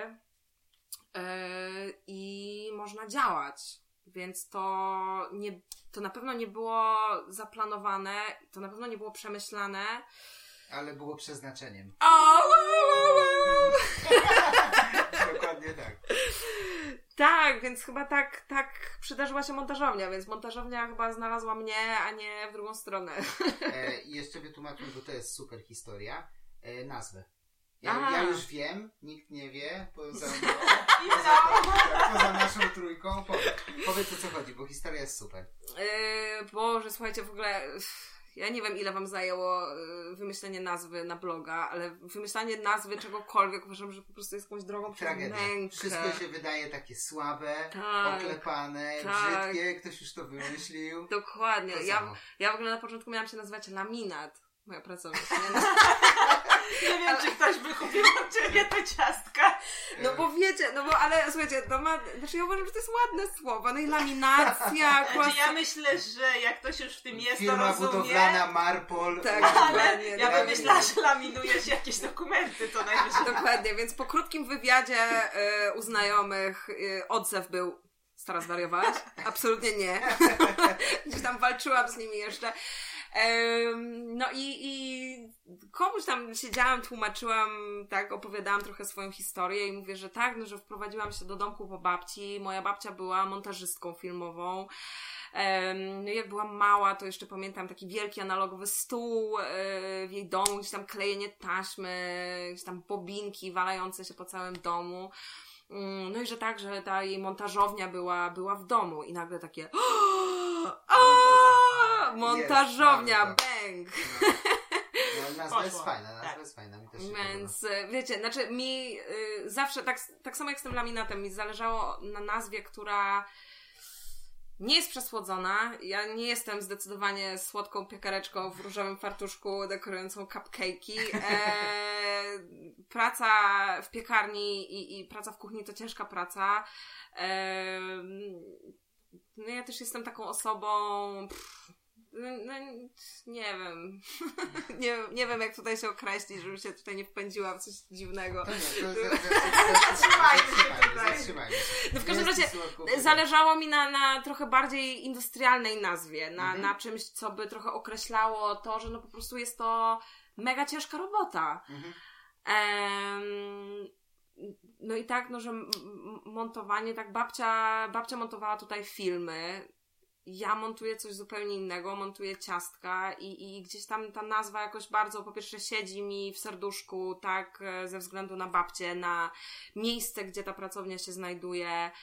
e, i można działać. Więc to, nie, to na pewno nie było zaplanowane, to na pewno nie było przemyślane. Ale było przeznaczeniem. O, wow, wow, wow. Dokładnie tak. Tak, więc chyba tak, tak przydarzyła się montażownia, więc montażownia chyba znalazła mnie, a nie w drugą stronę. E, I jeszcze wytłumaczmy, bo to jest super historia, e, nazwę. Ja, ja już wiem, nikt nie wie, poza, poza, poza naszą trójką. Powiedz, powiedz o co chodzi, bo historia jest super. Yy, Boże, słuchajcie, w ogóle... Ja nie wiem, ile wam zajęło wymyślenie nazwy na bloga, ale wymyślanie nazwy czegokolwiek uważam, że po prostu jest jakąś drogą przez mękę. Wszystko się wydaje takie słabe, tak, oklepane, tak. brzydkie, ktoś już to wymyślił. Dokładnie. Ja, ja w ogóle na początku miałam się nazywać Laminat. Moja pracownia. Nie wiem, ale... czy ktoś by kupił od Ciebie te ciastka. No bo wiecie, no bo ale słuchajcie, to ma, znaczy ja uważam, że to jest ładne słowo, no i laminacja. Znaczy, ja myślę, że jak ktoś już w tym jest, firma to rozumie. budowlana Marpol. Tak, ale ja bym myślała, że laminujesz jakieś dokumenty, to najwyżej. Dokładnie, więc po krótkim wywiadzie y, u znajomych y, odzew był: stara, zwariowałaś? Absolutnie nie. Gdzieś tam walczyłam z nimi jeszcze. No i, i komuś tam siedziałam, tłumaczyłam, tak, opowiadałam trochę swoją historię i mówię, że tak, no, że wprowadziłam się do domku po babci. Moja babcia była montażystką filmową. No i jak byłam mała, to jeszcze pamiętam taki wielki analogowy stół w jej domu, gdzieś tam klejenie taśmy, gdzieś tam bobinki walające się po całym domu. No i że tak, że ta jej montażownia była, była w domu i nagle takie montażownia, yes, bang! No. No, nazwa jest fajna, nazwa tak. jest fajna, mi też się Więc podoba. Wiecie, znaczy mi y, zawsze, tak, tak samo jak z tym laminatem, mi zależało na nazwie, która nie jest przesłodzona. Ja nie jestem zdecydowanie słodką piekareczką w różowym fartuszku dekorującą cupcake'i. E, praca w piekarni i, i praca w kuchni to ciężka praca. E, no ja też jestem taką osobą... Pff, no, nie wiem. nie, nie wiem, jak tutaj się określić, żebym się tutaj nie wpędziła w coś dziwnego. To nie, to zatrzymajmy się tutaj. Zatrzymajmy się. No w każdym razie zależało mi na, na trochę bardziej industrialnej nazwie, na, mhm. na czymś, co by trochę określało to, że no po prostu jest to mega ciężka robota. Mhm. Um, no i tak, no, że m- montowanie, tak babcia, babcia montowała tutaj filmy. Ja montuję coś zupełnie innego, montuję ciastka i, i gdzieś tam ta nazwa jakoś bardzo po pierwsze siedzi mi w serduszku, tak, ze względu na babcię, na miejsce, gdzie ta pracownia się znajduje.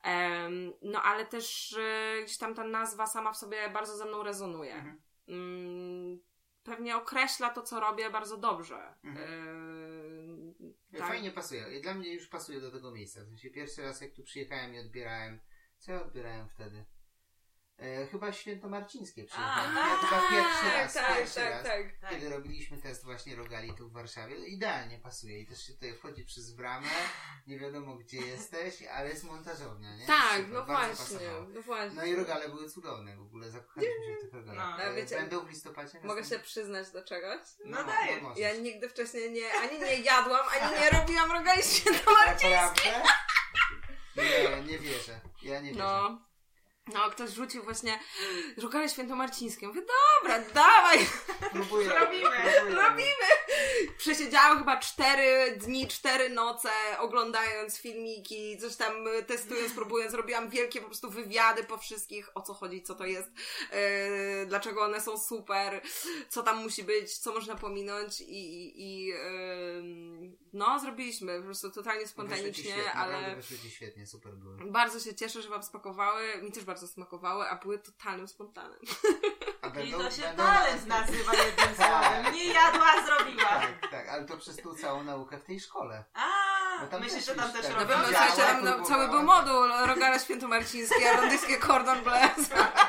Um, no ale też e, gdzieś tam ta nazwa sama w sobie bardzo ze mną rezonuje. Mhm. Um, pewnie określa to, co robię bardzo dobrze. Mhm. E, tak. Fajnie pasuje. Dla mnie już pasuje do tego miejsca. W sensie pierwszy raz jak tu przyjechałem i odbierałem, co ja odbierałem wtedy? E, chyba Świętomarcińskie przyjechałem. A, Ja tak, chyba pierwszy raz, tak, pierwszy tak, raz, tak. kiedy robiliśmy test właśnie rogali tu w Warszawie. Idealnie pasuje i też się tutaj wchodzi przez bramę, nie wiadomo gdzie jesteś, ale jest montażownia, nie? Tak, Super, no bardzo właśnie, pasowało. no właśnie. No i rogale były cudowne, w ogóle zakochaliśmy się w tych rogalach. No, E, wiecie, Będą w listopadzie? Mogę się przyznać do czegoś? No dajesz. możesz. Ja nigdy wcześniej nie, ani nie jadłam, ani nie robiłam rogali świętomarcińskich. Naprawdę? Nie, nie wierzę. Ja nie wierzę. No. No, ktoś rzucił właśnie rogale świętomarcińskie. Mówię, dobra, dawaj, Próbuję. Robimy, próbuję. robimy. Przesiedziałam chyba cztery dni, cztery noce oglądając filmiki, coś tam testując, próbując. Robiłam wielkie po prostu wywiady po wszystkich, o co chodzi, co to jest, yy, dlaczego one są super, co tam musi być, co można pominąć i, i, i yy, no, zrobiliśmy po prostu totalnie Wyszły ci spontanicznie, świetnie, ale naprawdę wyszły ci świetnie, super były. bardzo się cieszę, że wam smakowały. Mi też bardzo smakowały, a były totalnym spontanem. A I będą, to się będą talent nawet- nazywa jednym słowem. Nie jadła, a zrobiła. Tak, tak, ale to przez tą całą naukę w tej szkole. A, No tam myślisz, też że tam już też tak. Na robią? pewno Widziała, słuchajcie, tam no, próbowała. cały był moduł, rogale świętomarcińskie, londyńskie cordon bleu.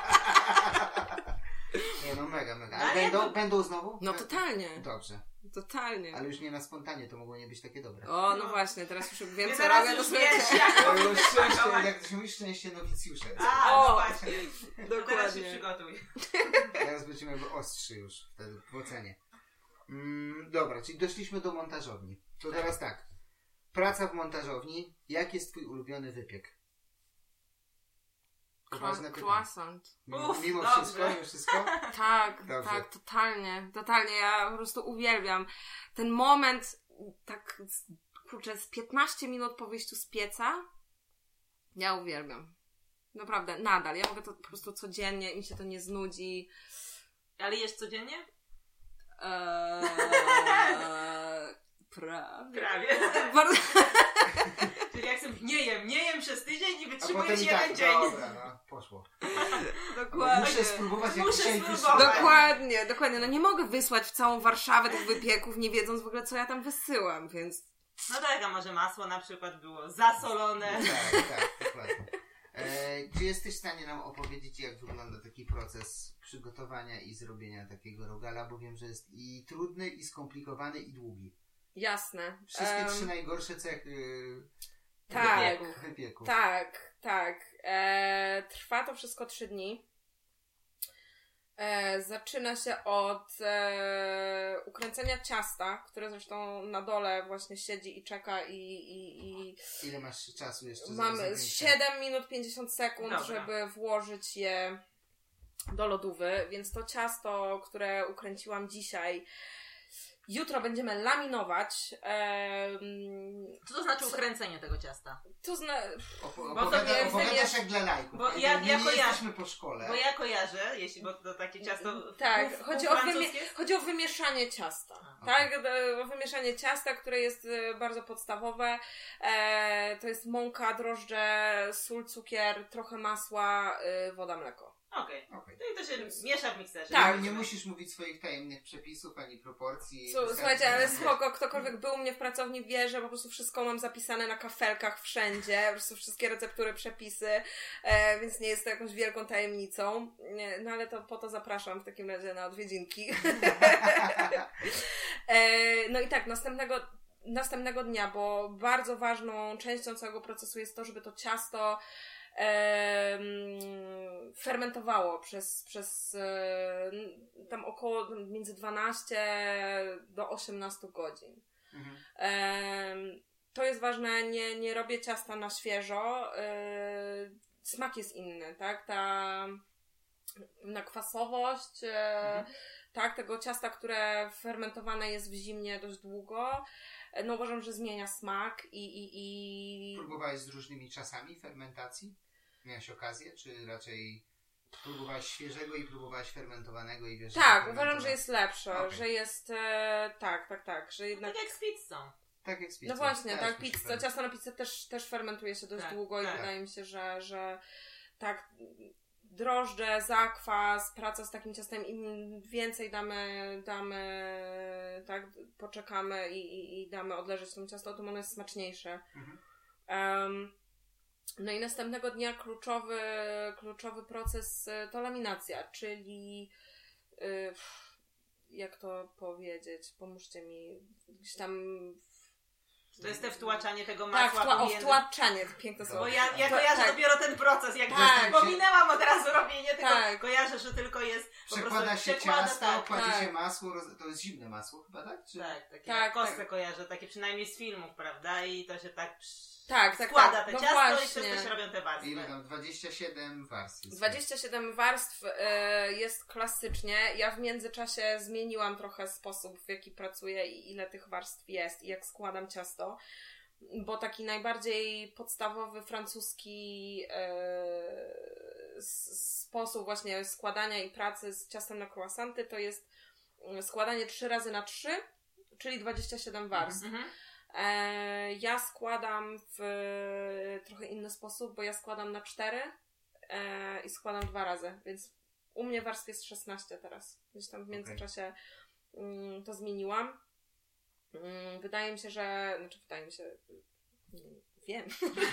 Nie no, mega, mega. Ale A będą, to- będą znowu? No totalnie, Dobrze, totalnie. ale już nie na spontanie, to mogło nie być takie dobre. O, no właśnie, teraz już wiem, Nie, co teraz robię, to już wiesz, słuchajcie. jak To powinno już szczęście, smakować. jak to się mówi, szczęście nowicjusze. A, no O, właśnie. To teraz się dokładnie. przygotuj. Teraz będziemy jakby ostrzy już wtedy w ocenie. Mm, dobra, czyli doszliśmy do montażowni. To teraz tak. Praca w montażowni. Jak jest twój ulubiony wypiek? Ważne pytanie. Croissant. Mimo, Uf, mimo dobrze. wszystko, mimo wszystko? Tak, Dobrze. tak, totalnie, totalnie. Ja po prostu uwielbiam ten moment, tak, z- kurczę, z piętnaście minut po wyjściu z pieca. Ja uwielbiam. Naprawdę, nadal. Ja mogę to po prostu codziennie, mi się to nie znudzi. Ale jesz codziennie? Eee, prawie. Prawie. Bardzo, Czyli jak sobie nie jem, nie jem przez tydzień i A wytrzymuję potem i jeden tak, dzień. dobra, no, poszło. dokładnie. Muszę spróbować, jak Muszę dzisiaj spróbować. wyszło. Dokładnie, dokładnie. No nie mogę wysłać w całą Warszawę tych wypieków, nie wiedząc w ogóle, co ja tam wysyłam, więc... No tak, a może masło na przykład było zasolone. Tak, tak, dokładnie. E, czy jesteś w stanie nam opowiedzieć, jak wygląda taki proces przygotowania i zrobienia takiego rogala? Bo wiem, że jest i trudny, i skomplikowany, i długi. Jasne. Wszystkie Em, trzy najgorsze cechy tak. wypieku. wypieku. Tak, tak. E, trwa to wszystko trzy dni. E, zaczyna się od e, ukręcenia ciasta, które zresztą na dole właśnie siedzi i czeka i, i, i Ile masz czasu jeszcze? za mamy zrobienie? siedem minut pięćdziesiąt sekund, Dobra. żeby włożyć je do lodówy, więc to ciasto, które ukręciłam dzisiaj, jutro będziemy laminować. Em, Co to znaczy ukręcenie tego ciasta? to zna... Opo- Bo to opowiada, nie- opowiadasz nie- jak dla lajków. bo My ja- nie ja kojarzę. jesteśmy po szkole. Bo ja kojarzę, jeśli bo to takie ciasto Tak, pół, chodzi, pół o wymie- francuskie. chodzi o wymieszanie ciasta. A, Tak, e, o wymieszanie ciasta, które jest e, bardzo podstawowe. E, to jest mąka, drożdże, sól, cukier, trochę masła, e, woda, mleko. Okej. Okej. No i to się miesza w mikserze. Tak. Nie, nie musisz mówić swoich tajemnych przepisów ani proporcji. Su- Wystarczy, Słuchajcie, ale że- spoko, ktokolwiek był u mnie w pracowni wie, że po prostu wszystko mam zapisane na kafelkach wszędzie, po prostu wszystkie receptury, przepisy, e, więc nie jest to jakąś wielką tajemnicą. Nie, no ale to po to zapraszam w takim razie na odwiedzinki. e, no i tak, następnego następnego dnia, bo bardzo ważną częścią całego procesu jest to, żeby to ciasto em, fermentowało przez, przez e, tam około między dwanaście do osiemnaście godzin. Mhm. Em, to jest ważne, nie, nie robię ciasta na świeżo. e, smak jest inny, tak? Ta na kwasowość e, Mhm. tak, tego ciasta, które fermentowane jest w zimnie dość długo, e, no uważam, że zmienia smak i, i, i... Próbowałeś z różnymi czasami fermentacji? Miałeś okazję? Czy raczej próbowałaś świeżego i próbowałaś fermentowanego i wiesz... Tak, że uważam, że jest lepsze, Okej. że jest e, tak, tak, tak, że No jednak tak jak z pizzą. Tak jak z pizzą. No właśnie, też tak, musi pizza, fermentować. ciasto na pizzę też, też fermentuje się dość Tak, długo i tak. wydaje mi się, że, że tak, drożdże, zakwas, praca z takim ciastem, im więcej damy, damy, tak, poczekamy i, i, i damy odleżeć to ciasto, tym ono jest smaczniejsze. Mhm. Um, no i następnego dnia kluczowy, kluczowy proces to laminacja, czyli yy, jak to powiedzieć, pomóżcie mi, gdzieś tam... To jest te wtłaczanie tego Tak, masła wtła, o, pomiędzy... wtłaczanie, to piękne słowo. Bo ja, ja To- kojarzę tak. dopiero ten proces, jak Tak. pominęłam od razu robienie, tylko Tak. kojarzę, że tylko jest po Przekłada prostu się przekłada, ciasto, tak, kładzie tak. się masło, roz... to jest zimne masło chyba, tak? Czy... tak, takie Tak, jak kostkę tak. kojarzę, takie przynajmniej z filmów, prawda? I to się tak przy... Tak, tak, składa tak. te No ciasto właśnie. i przez to się robią te warstwy. Ile tam? dwadzieścia siedem warstw. jest. dwadzieścia siedem warstw y, jest klasycznie. Ja w międzyczasie zmieniłam trochę sposób, w jaki pracuję i ile tych warstw jest i jak składam ciasto. Bo taki najbardziej podstawowy francuski y, s- sposób właśnie składania i pracy z ciastem na croissanty to jest składanie trzy razy na trzy, czyli dwadzieścia siedem warstw. Mhm. E, ja składam w trochę inny sposób, bo ja składam na cztery e, i składam dwa razy, więc u mnie warstw jest szesnaście teraz. Gdzieś tam w międzyczasie mm, to zmieniłam. Mm, wydaje mi się, że... Znaczy wydaje mi się... mm, Wiem.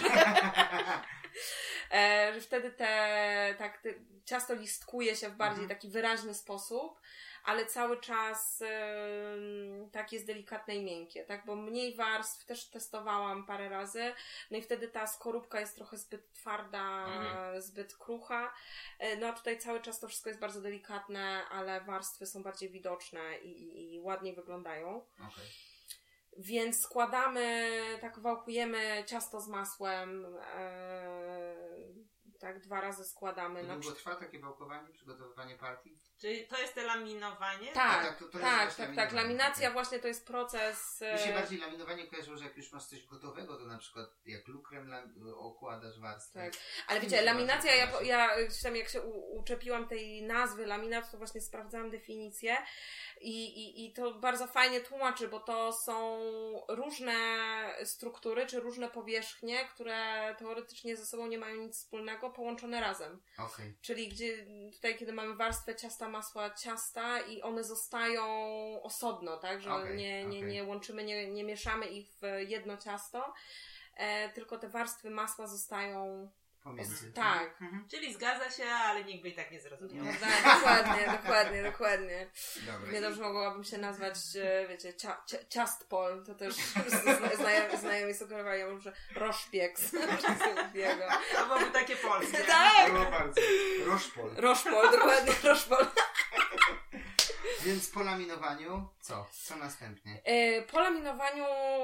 e, że wtedy te, tak, te, ciasto listkuje się w bardziej Mhm. taki wyraźny sposób, ale cały czas ym, tak jest delikatne i miękkie, tak? Bo mniej warstw też testowałam parę razy, no i wtedy ta skorupka jest trochę zbyt twarda, Mhm. zbyt krucha. E, No a tutaj cały czas to wszystko jest bardzo delikatne, ale warstwy są bardziej widoczne i, i, i ładniej wyglądają. Okej. Więc składamy, tak wałkujemy ciasto z masłem, e, tak dwa razy składamy. To Na długo trwa takie wałkowanie, przygotowywanie partii? Czyli to jest te laminowanie? Tak, tak, to- to jest tak, właśnie tak, tak. laminowanie. Laminacja Okej. właśnie to jest proces... Mi się e, bardziej laminowanie kojarzyło, że jak już masz coś gotowego, to na przykład jak lukrem lam- okładasz warstwę. Tak. Ale Tym wiecie, się laminacja, ja, bardziej ja gdzieś tam jak się u, uczepiłam tej nazwy laminat, to właśnie sprawdzałam definicję i, i, i to bardzo fajnie tłumaczy, bo to są różne struktury, czy różne powierzchnie, które teoretycznie ze sobą nie mają nic wspólnego, połączone razem. Okej. Czyli gdzie tutaj, kiedy mamy warstwę ciasta, masła, ciasta i one zostają osobno, tak? Że Okej, nie, nie, okej. nie łączymy, nie, nie mieszamy ich w jedno ciasto, e, tylko te warstwy masła zostają... Pomiędzy. Tak. Mhm. Czyli zgadza się, ale nikt by i tak nie zrozumiał. No, tak, dokładnie, dokładnie, dokładnie. Dobra. Nie dobrze mogłabym się nazwać, e, wiecie, cia, cia, ciastpol, to też zna, znajomi, znajomi sugerowali, że roszpieks. Biego. To byłoby takie polskie. Tak! Było bardzo. Roszpol. Roszpol, dokładnie, roszpol. Więc po laminowaniu co? Co następnie? E, po laminowaniu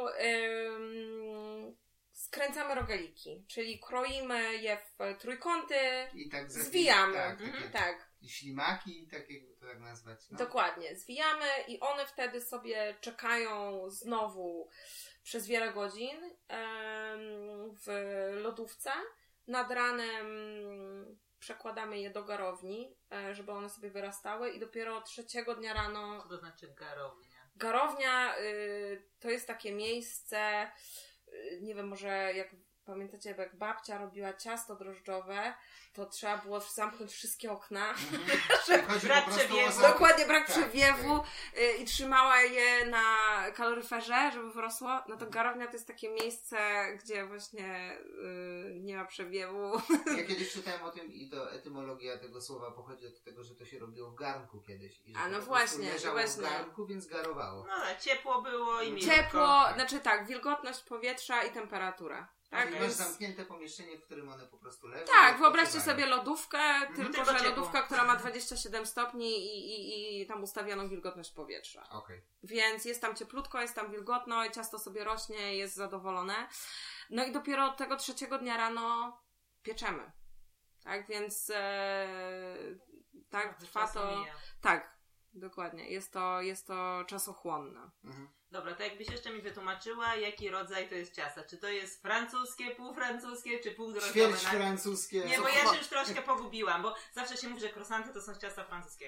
em, skręcamy rogaliki, czyli kroimy je w trójkąty, I tak zawi- zwijamy. Tak, Mhm, takie tak. ślimaki, tak jakby to tak nazwać. No. Dokładnie, zwijamy i one wtedy sobie czekają znowu przez wiele godzin em, w lodówce. Nad ranem przekładamy je do garowni, e, żeby one sobie wyrastały i dopiero trzeciego dnia rano... Co to znaczy garownia? Garownia y, to jest takie miejsce, y, nie wiem, może jak pamiętacie, jak babcia robiła ciasto drożdżowe, to trzeba było zamknąć wszystkie okna. Mhm. Chodzi Brak po prostu o przewiewu. zamk- Dokładnie, brak Tak, przewiewu y, i trzymała je na kaloryferze, żeby wyrosło. No to garownia to jest takie miejsce, gdzie właśnie y, nie ma przewiewu. Ja kiedyś czytałem o tym i to etymologia tego słowa pochodzi od tego, że to się robiło w garnku kiedyś. I że A, no po prostu właśnie, leżało właśnie. w garnku, więc garowało. No tak, ciepło było i miłko. Ciepło, znaczy tak, wilgotność powietrza i temperatura. Tak, Czyli masz więc... zamknięte pomieszczenie, w którym one po prostu leżą. Tak, i wyobraźcie odpoczywają. sobie lodówkę, tylko, tylko że ciepło. lodówka, która ma dwadzieścia siedem stopni i, i, i tam ustawioną wilgotność powietrza. Okej. Więc jest tam cieplutko, jest tam wilgotno i ciasto sobie rośnie, jest zadowolone. No i dopiero od tego trzeciego dnia rano pieczemy. Tak, więc e, tak, Trochę trwa czasu to... mija. Tak, dokładnie. Jest to, jest to czasochłonne. Mhm. Dobra, to jakbyś jeszcze mi wytłumaczyła, jaki rodzaj to jest ciasta. Czy to jest francuskie, półfrancuskie, czy półdrożdżowe? Ćwierć Na- francuskie. Nie, bo ja się już troszkę pogubiłam, bo zawsze się mówi, że croissanty to są z ciasta francuskiego.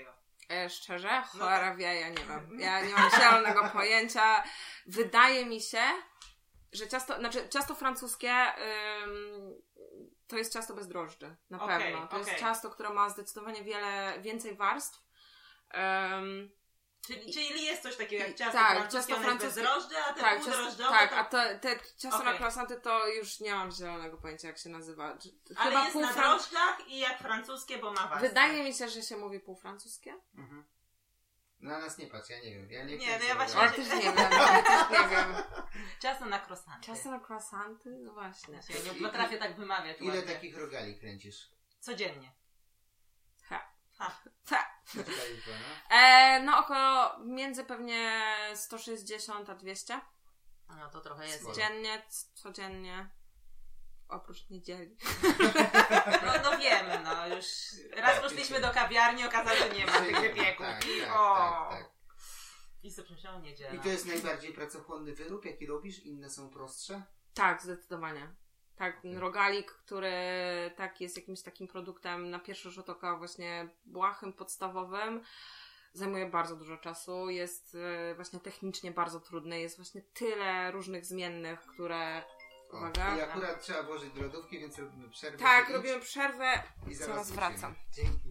E, szczerze? Cholera wie, ja nie wiem. Ja nie mam zielonego pojęcia. Wydaje mi się, że ciasto, znaczy ciasto francuskie ym, to jest ciasto bez drożdży. Na Okay, pewno. To okay. jest ciasto, które ma zdecydowanie wiele, więcej warstw. Ym, Czyli, czyli jest coś takiego jak I- ciasto tak, francuskie, ciasto ono jest bez francuskie- drożdży, a te tak, ciasto, półdrożdżowe tak, to... a te, te ciasto Okej. na croissanty to już nie mam zielonego pojęcia, jak się nazywa. Czy- Ale Chyba jest pół na fran- drożdżach i jak francuskie, bo ma warstwę. Wydaje mi się, że się mówi półfrancuskie. Mhm. Na nas nie patrz, ja nie wiem. Ja nie, Nie, kręcę no ja właśnie- Ale rogali. też nie wiem, ja też nie wiem. Ciasto na croissanty. Ciasto na croissanty? No właśnie. Ja nie potrafię tak wymawiać Ile ładnie. takich rogali kręcisz? Codziennie. Ha. Ha. Ha. Taka liczba, no? E, no około między pewnie sto sześćdziesiąt a dwieście. No to trochę jest. Sporo. Codziennie, c- codziennie. Oprócz niedzieli. No, no wiemy, no już raz poszliśmy do kawiarni, okazało się, że nie ma tych wypieków. Tak, I tak, o! tak, tak. I sobie przemyślałam niedzielę. I to jest najbardziej pracochłonny wyrób, jaki robisz? Inne są prostsze? Tak, zdecydowanie. Tak, ten Okej. rogalik, który tak jest jakimś takim produktem na pierwszy rzut oka właśnie błahym, podstawowym, zajmuje bardzo dużo czasu, jest e, właśnie technicznie bardzo trudny, jest właśnie tyle różnych zmiennych, które... O, Uwaga. I akurat trzeba włożyć do lodówki, więc robimy przerwę. Tak, Idź robimy przerwę. i zaraz wrócimy. wracam. Dzięki.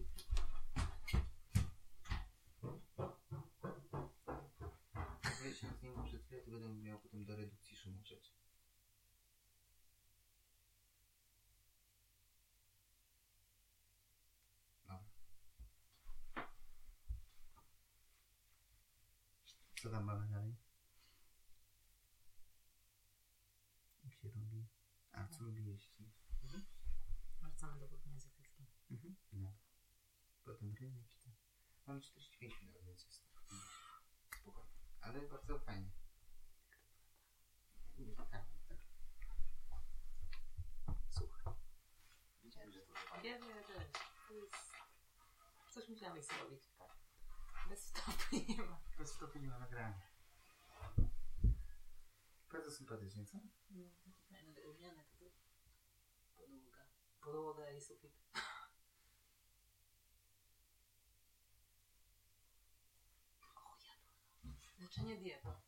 Wysiądź z niego przed chwilę, to będę miał potem do redukcji szumu rzeczy. Dobra. Co tam mamy dalej? Jak się robi? A, co robiłeś? Mhm. Wracamy do kuchni azjatyckiej. Mhm. No. Potem rynek. To... Mamy czterdzieści pięć minut, więc jest spokojnie. Ale bardzo fajnie. Nie, tak, tak. Słuchaj. Widziałem, że to wypada. Wiem, wiem, wiem. To jest... Coś musiałeś zrobić. Bez stopy nie ma. Bez stopy nie ma nagrania. Bardzo sympatycznie, co? No, takie fajne drewniane tutaj. Podłoga. Podłoga i sufit. O, jadła. Leczenie dieta.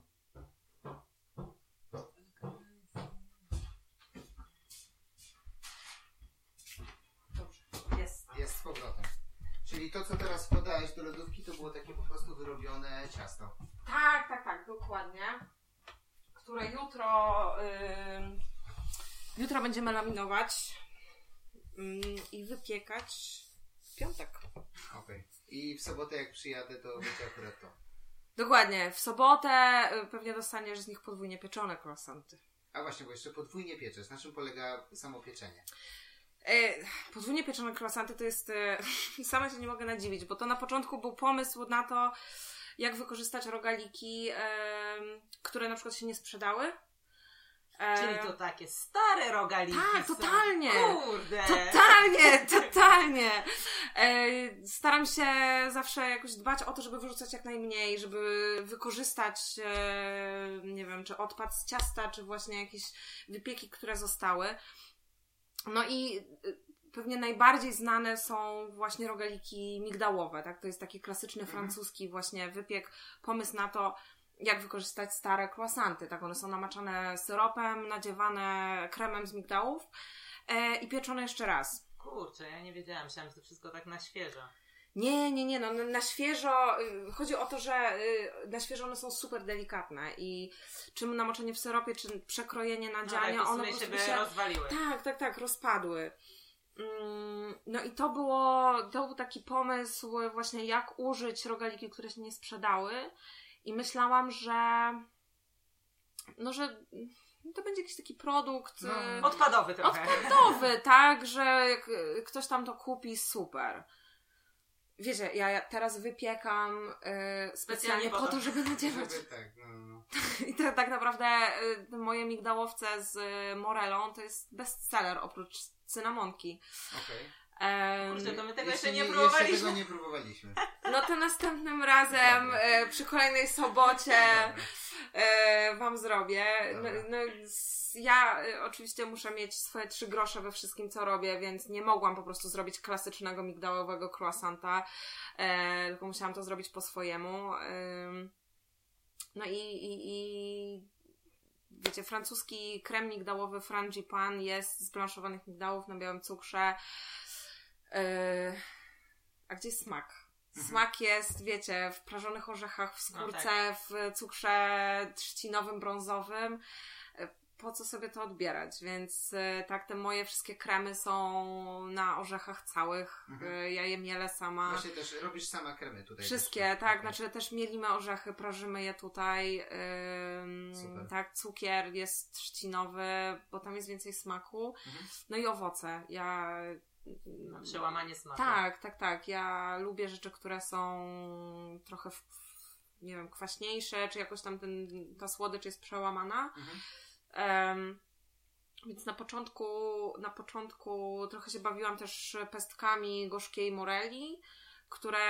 Dobrze. Jest. Jest z powrotem. Czyli to, co teraz podałeś do lodówki, to było takie po prostu wyrobione ciasto. Tak, tak, tak, dokładnie. Które jutro ym, jutro będziemy laminować ym, i wypiekać w piątek. Okej. I w sobotę jak przyjadę, to będzie akurat to. Dokładnie, w sobotę y, pewnie dostaniesz z nich podwójnie pieczone croissanty. A właśnie, bo jeszcze podwójnie pieczesz. Na czym polega samo pieczenie? Y, podwójnie pieczone croissanty to jest... Y, sama się nie mogę nadziwić, bo to na początku był pomysł na to, jak wykorzystać rogaliki, y, które na przykład się nie sprzedały. E, Czyli to takie stare rogaliki Tak, są. totalnie. Kurde. Totalnie, totalnie. E, staram się zawsze jakoś dbać o to, żeby wyrzucać jak najmniej, żeby wykorzystać, e, nie wiem, czy odpad z ciasta, czy właśnie jakieś wypieki, które zostały. No i e, pewnie najbardziej znane są właśnie rogaliki migdałowe, tak? To jest taki klasyczny Mhm. francuski właśnie wypiek, pomysł na to, jak wykorzystać stare croissanty, tak? One są namaczane syropem, nadziewane kremem z migdałów e, i pieczone jeszcze raz. Kurczę, ja nie wiedziałam, myślałam, że to wszystko tak na świeżo. Nie, nie, nie, no na- na świeżo, y, chodzi o to, że y, na świeżo one są super delikatne i czym namoczenie w syropie, czy przekrojenie, No, nadzianie, ale one one po się prostu by się... rozwaliły. Tak, tak, tak, rozpadły. Mm, No i to było, to był taki pomysł właśnie, jak użyć rogaliki, które się nie sprzedały i myślałam, że no, że to będzie jakiś taki produkt No. y, Odpadowy trochę. odpadowy, tak, że jak y, ktoś tam to kupi, super. Wiecie, ja, ja teraz wypiekam y, specjalnie po to, żeby nadziewać. Żeby tak, no, no. I to, tak naprawdę y, moje migdałowce z y, morelą to jest bestseller oprócz cynamonki. Okej. Um, Kurczę, to my tego jeszcze, jeszcze nie nie próbowaliśmy. Jeszcze tego nie próbowaliśmy. No to następnym razem e, przy kolejnej sobocie e, wam zrobię. No, no, s- ja e, oczywiście muszę mieć swoje trzy grosze we wszystkim, co robię, więc nie mogłam po prostu zrobić klasycznego migdałowego croissanta, e, tylko musiałam to zrobić po swojemu. E, no i, i, i wiecie, francuski krem migdałowy Frangipane jest z blanszowanych migdałów na białym cukrze. E, a gdzie jest smak? Smak jest, wiecie, w prażonych orzechach, w skórce, No tak. w cukrze trzcinowym, brązowym. Po co sobie to odbierać? Więc tak, te moje wszystkie kremy są na orzechach całych. Mhm. Ja je mielę sama. Właśnie też robisz sama kremy tutaj. Wszystkie, też. tak, Okay. znaczy też mielimy orzechy, prażymy je tutaj. Ym, Super. tak, cukier jest trzcinowy, bo tam jest więcej smaku. Mhm. No i owoce. Ja Na przełamanie smaku. tak, tak, tak. Ja lubię rzeczy, które są trochę, w, nie wiem, kwaśniejsze, czy jakoś tam ten, ta słodycz jest przełamana. Mhm. Um, więc na początku, na początku trochę się bawiłam też pestkami gorzkiej moreli, które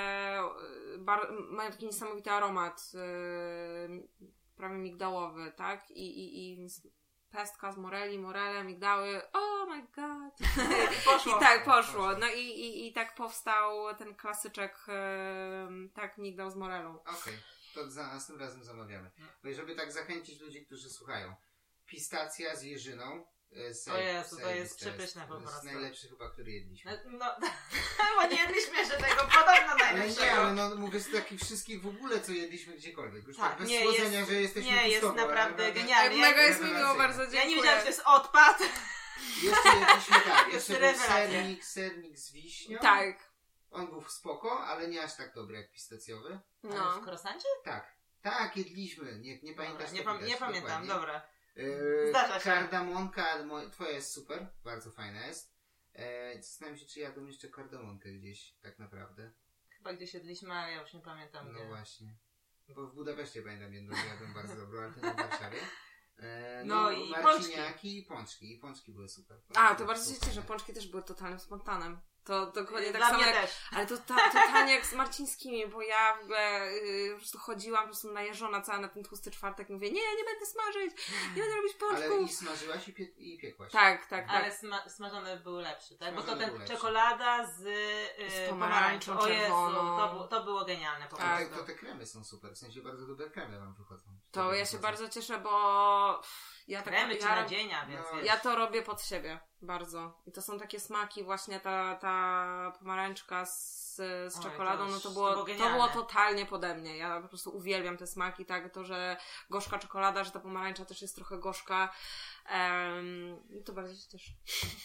bar- mają taki niesamowity aromat, yy, prawie migdałowy, tak? I, i, i więc pestka z moreli, morele, migdały, oh my god! Poszło. I tak poszło. No i, i, i tak powstał ten klasyczek, yy, tak, migdał z morelą. Okej, okay. To za następnym razem zamawiamy. No i żeby tak zachęcić ludzi, którzy słuchają. Pistacja z jeżyną. Z, O Jezu, z, to jest z, przepyszne po To jest prostu. najlepszy chyba, który jedliśmy. No, bo nie jedliśmy jeszcze tego, podobno Ale najlepszego. nie, ale no mówię z takich wszystkich w ogóle, co jedliśmy gdziekolwiek. Już tak, Tak, bez nie, słodzenia, jest- że jesteśmy nie, jest pustową, naprawdę ale- genialnie. Mega jest mi miło, rewelacyjne. bardzo dziękuję. Ja nie wiedziałam, że to jest odpad. Jeszcze jedliśmy tak, Jest jeszcze był rewelacja. sernik, sernik z wiśnią. Tak. On był spoko, ale nie aż tak dobry jak pistacjowy. Ale No. w croissancie? Tak, tak, jedliśmy. Nie, nie Dobra, pamiętasz nie, to pam- widać, nie pamiętam, dokładnie. dobra. Yy, Zdarza się. Kardamonka, mo- twoja jest super, bardzo fajna jest. Yy, zastanawiam się, czy jadłem jeszcze kardamonkę gdzieś, tak naprawdę. Chyba gdzieś jedliśmy, ale ja już nie pamiętam No gdzie. właśnie. Bo w Budapeszcie pamiętam jedną, że jadłem bardzo dobrą, ale to nie w Warszawie. Yy, No i marciniaki i pączki. I pączki były super. Pączki A, to były bardzo się super. cieszę, pączki też były totalnym spontanem. To dokładnie tak Dla samo mnie jak... też. Ale to ta, totalnie jak z Marcińskimi, bo ja w ogóle y, po prostu chodziłam po prostu najeżona cała na ten tłusty czwartek i mówię, nie, nie będę smażyć, nie będę robić Ale i pączków. smażyłaś i, pie- i piekłaś. Tak, tak, tak. Ale sma- smażone były lepsze, tak? Bo to Smażone ten były lepsze. czekolada z, yy, Z pomarańczą pomarańczą. O Jezu, czerwoną. to, bu- to było genialne po Tak. prostu. To te kremy są super, w sensie bardzo dobre kremy wam wychodzą. To ja się bardzo cieszę, bo ja tak Kremy ci ja, nadzienia, więc No, wiesz. ja to robię pod siebie bardzo. I to są takie smaki, właśnie ta, ta pomarańczka z, z Oj, czekoladą, to no już- to to było, było to genialne. było totalnie pode mnie. Ja po prostu uwielbiam te smaki, tak, to, że gorzka czekolada, że ta pomarańcza też jest trochę gorzka. Um, to bardzo się cieszę.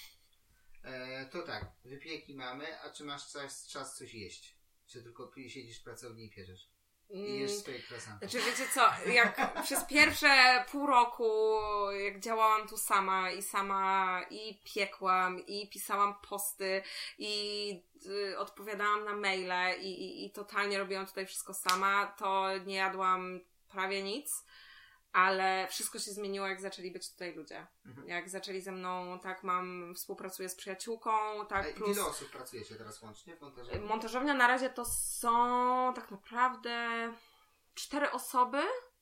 E, to tak, wypieki mamy, a czy masz czas, czas coś jeść? Czy tylko siedzisz w pracowni i pieczesz? I jesz swoje croissanty? Znaczy wiecie co, jak przez pierwsze pół roku, jak działałam tu sama i sama i piekłam i pisałam posty i y, odpowiadałam na maile i, i, i totalnie robiłam tutaj wszystko sama, to nie jadłam prawie nic. Ale wszystko się zmieniło, jak zaczęli być tutaj ludzie. Mhm. Jak zaczęli ze mną, tak, mam, współpracuję z przyjaciółką, A tak, plus... ile osób pracujecie teraz łącznie w montażu? Montażownia na razie to są tak naprawdę cztery osoby.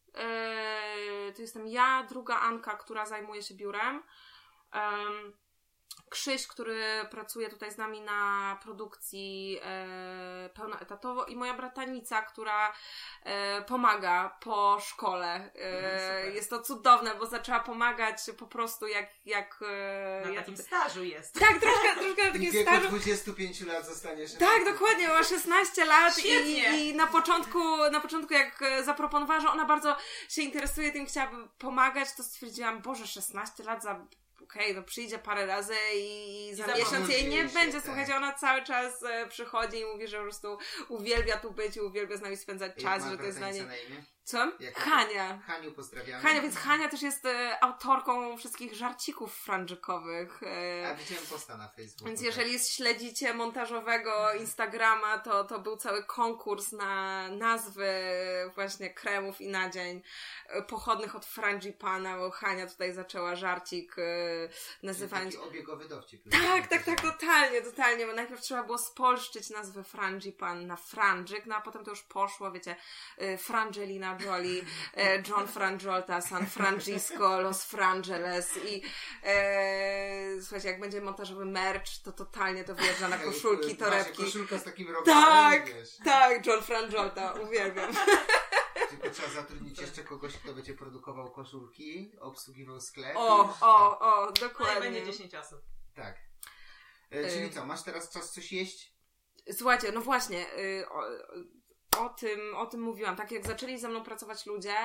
Yy, to jestem ja, druga Anka, która zajmuje się biurem. Ym, Krzyś, który pracuje tutaj z nami na produkcji e, pełnoetatowo i moja bratanica, która e, pomaga po szkole. E, Mhm, jest to cudowne, bo zaczęła pomagać po prostu jak... jak e, Na ja takim tutaj- stażu jest. Tak, troszkę, troszkę na W takim wieku stażu. dwudziestu pięciu lat zostaniesz. Tak, dokładnie, ma szesnaście lat i, Świetnie. i na początku, na początku jak e, zaproponowała, że ona bardzo się interesuje tym, chciałaby pomagać, to stwierdziłam, Boże, szesnaście lat za... Okej, okay, no przyjdzie parę razy i za I miesiąc jej nie się, będzie. tak. Słuchajcie, ona cały czas e, przychodzi i mówi, że po prostu uwielbia tu być i uwielbia z nami spędzać Jak czas, ma że to jest dla niej... bratańca na imię? Co? Jak- Hania. Haniu pozdrawiamy. Hania, więc Hania też jest e, autorką wszystkich żarcików franczykowych. E, A widziałem posta na Facebooku. Więc tak. jeżeli śledzicie montażowego Instagrama, to, to był cały konkurs na nazwy właśnie kremów i nadzień e, pochodnych od frangipana, bo Hania tutaj zaczęła żarcik e, nazywając... Taki obiegowy dowcip. Tak, tak, tak, totalnie, totalnie, bo najpierw trzeba było spolszczyć nazwę frangipan na frangik, no a potem to już poszło, wiecie, y, Frangelina Jolie, y, John Frangiolta, San Francisco, Los Frangeles i y, słuchajcie, jak będzie montażowy merch, to totalnie to wjeżdża na koszulki, Masz torebki. koszulka z takim rogami, Tak, wiesz. tak, John Frangiolta, uwielbiam. Tylko trzeba zatrudnić jeszcze kogoś, kto będzie produkował koszulki, obsługiwał sklep. O, już, o, o, No i dokładnie. będzie dziesięć osób. Tak. E, czyli Y- co, masz teraz czas coś jeść? Słuchajcie, no właśnie, y, o, o, tym, o tym mówiłam. Tak jak zaczęli ze mną pracować ludzie,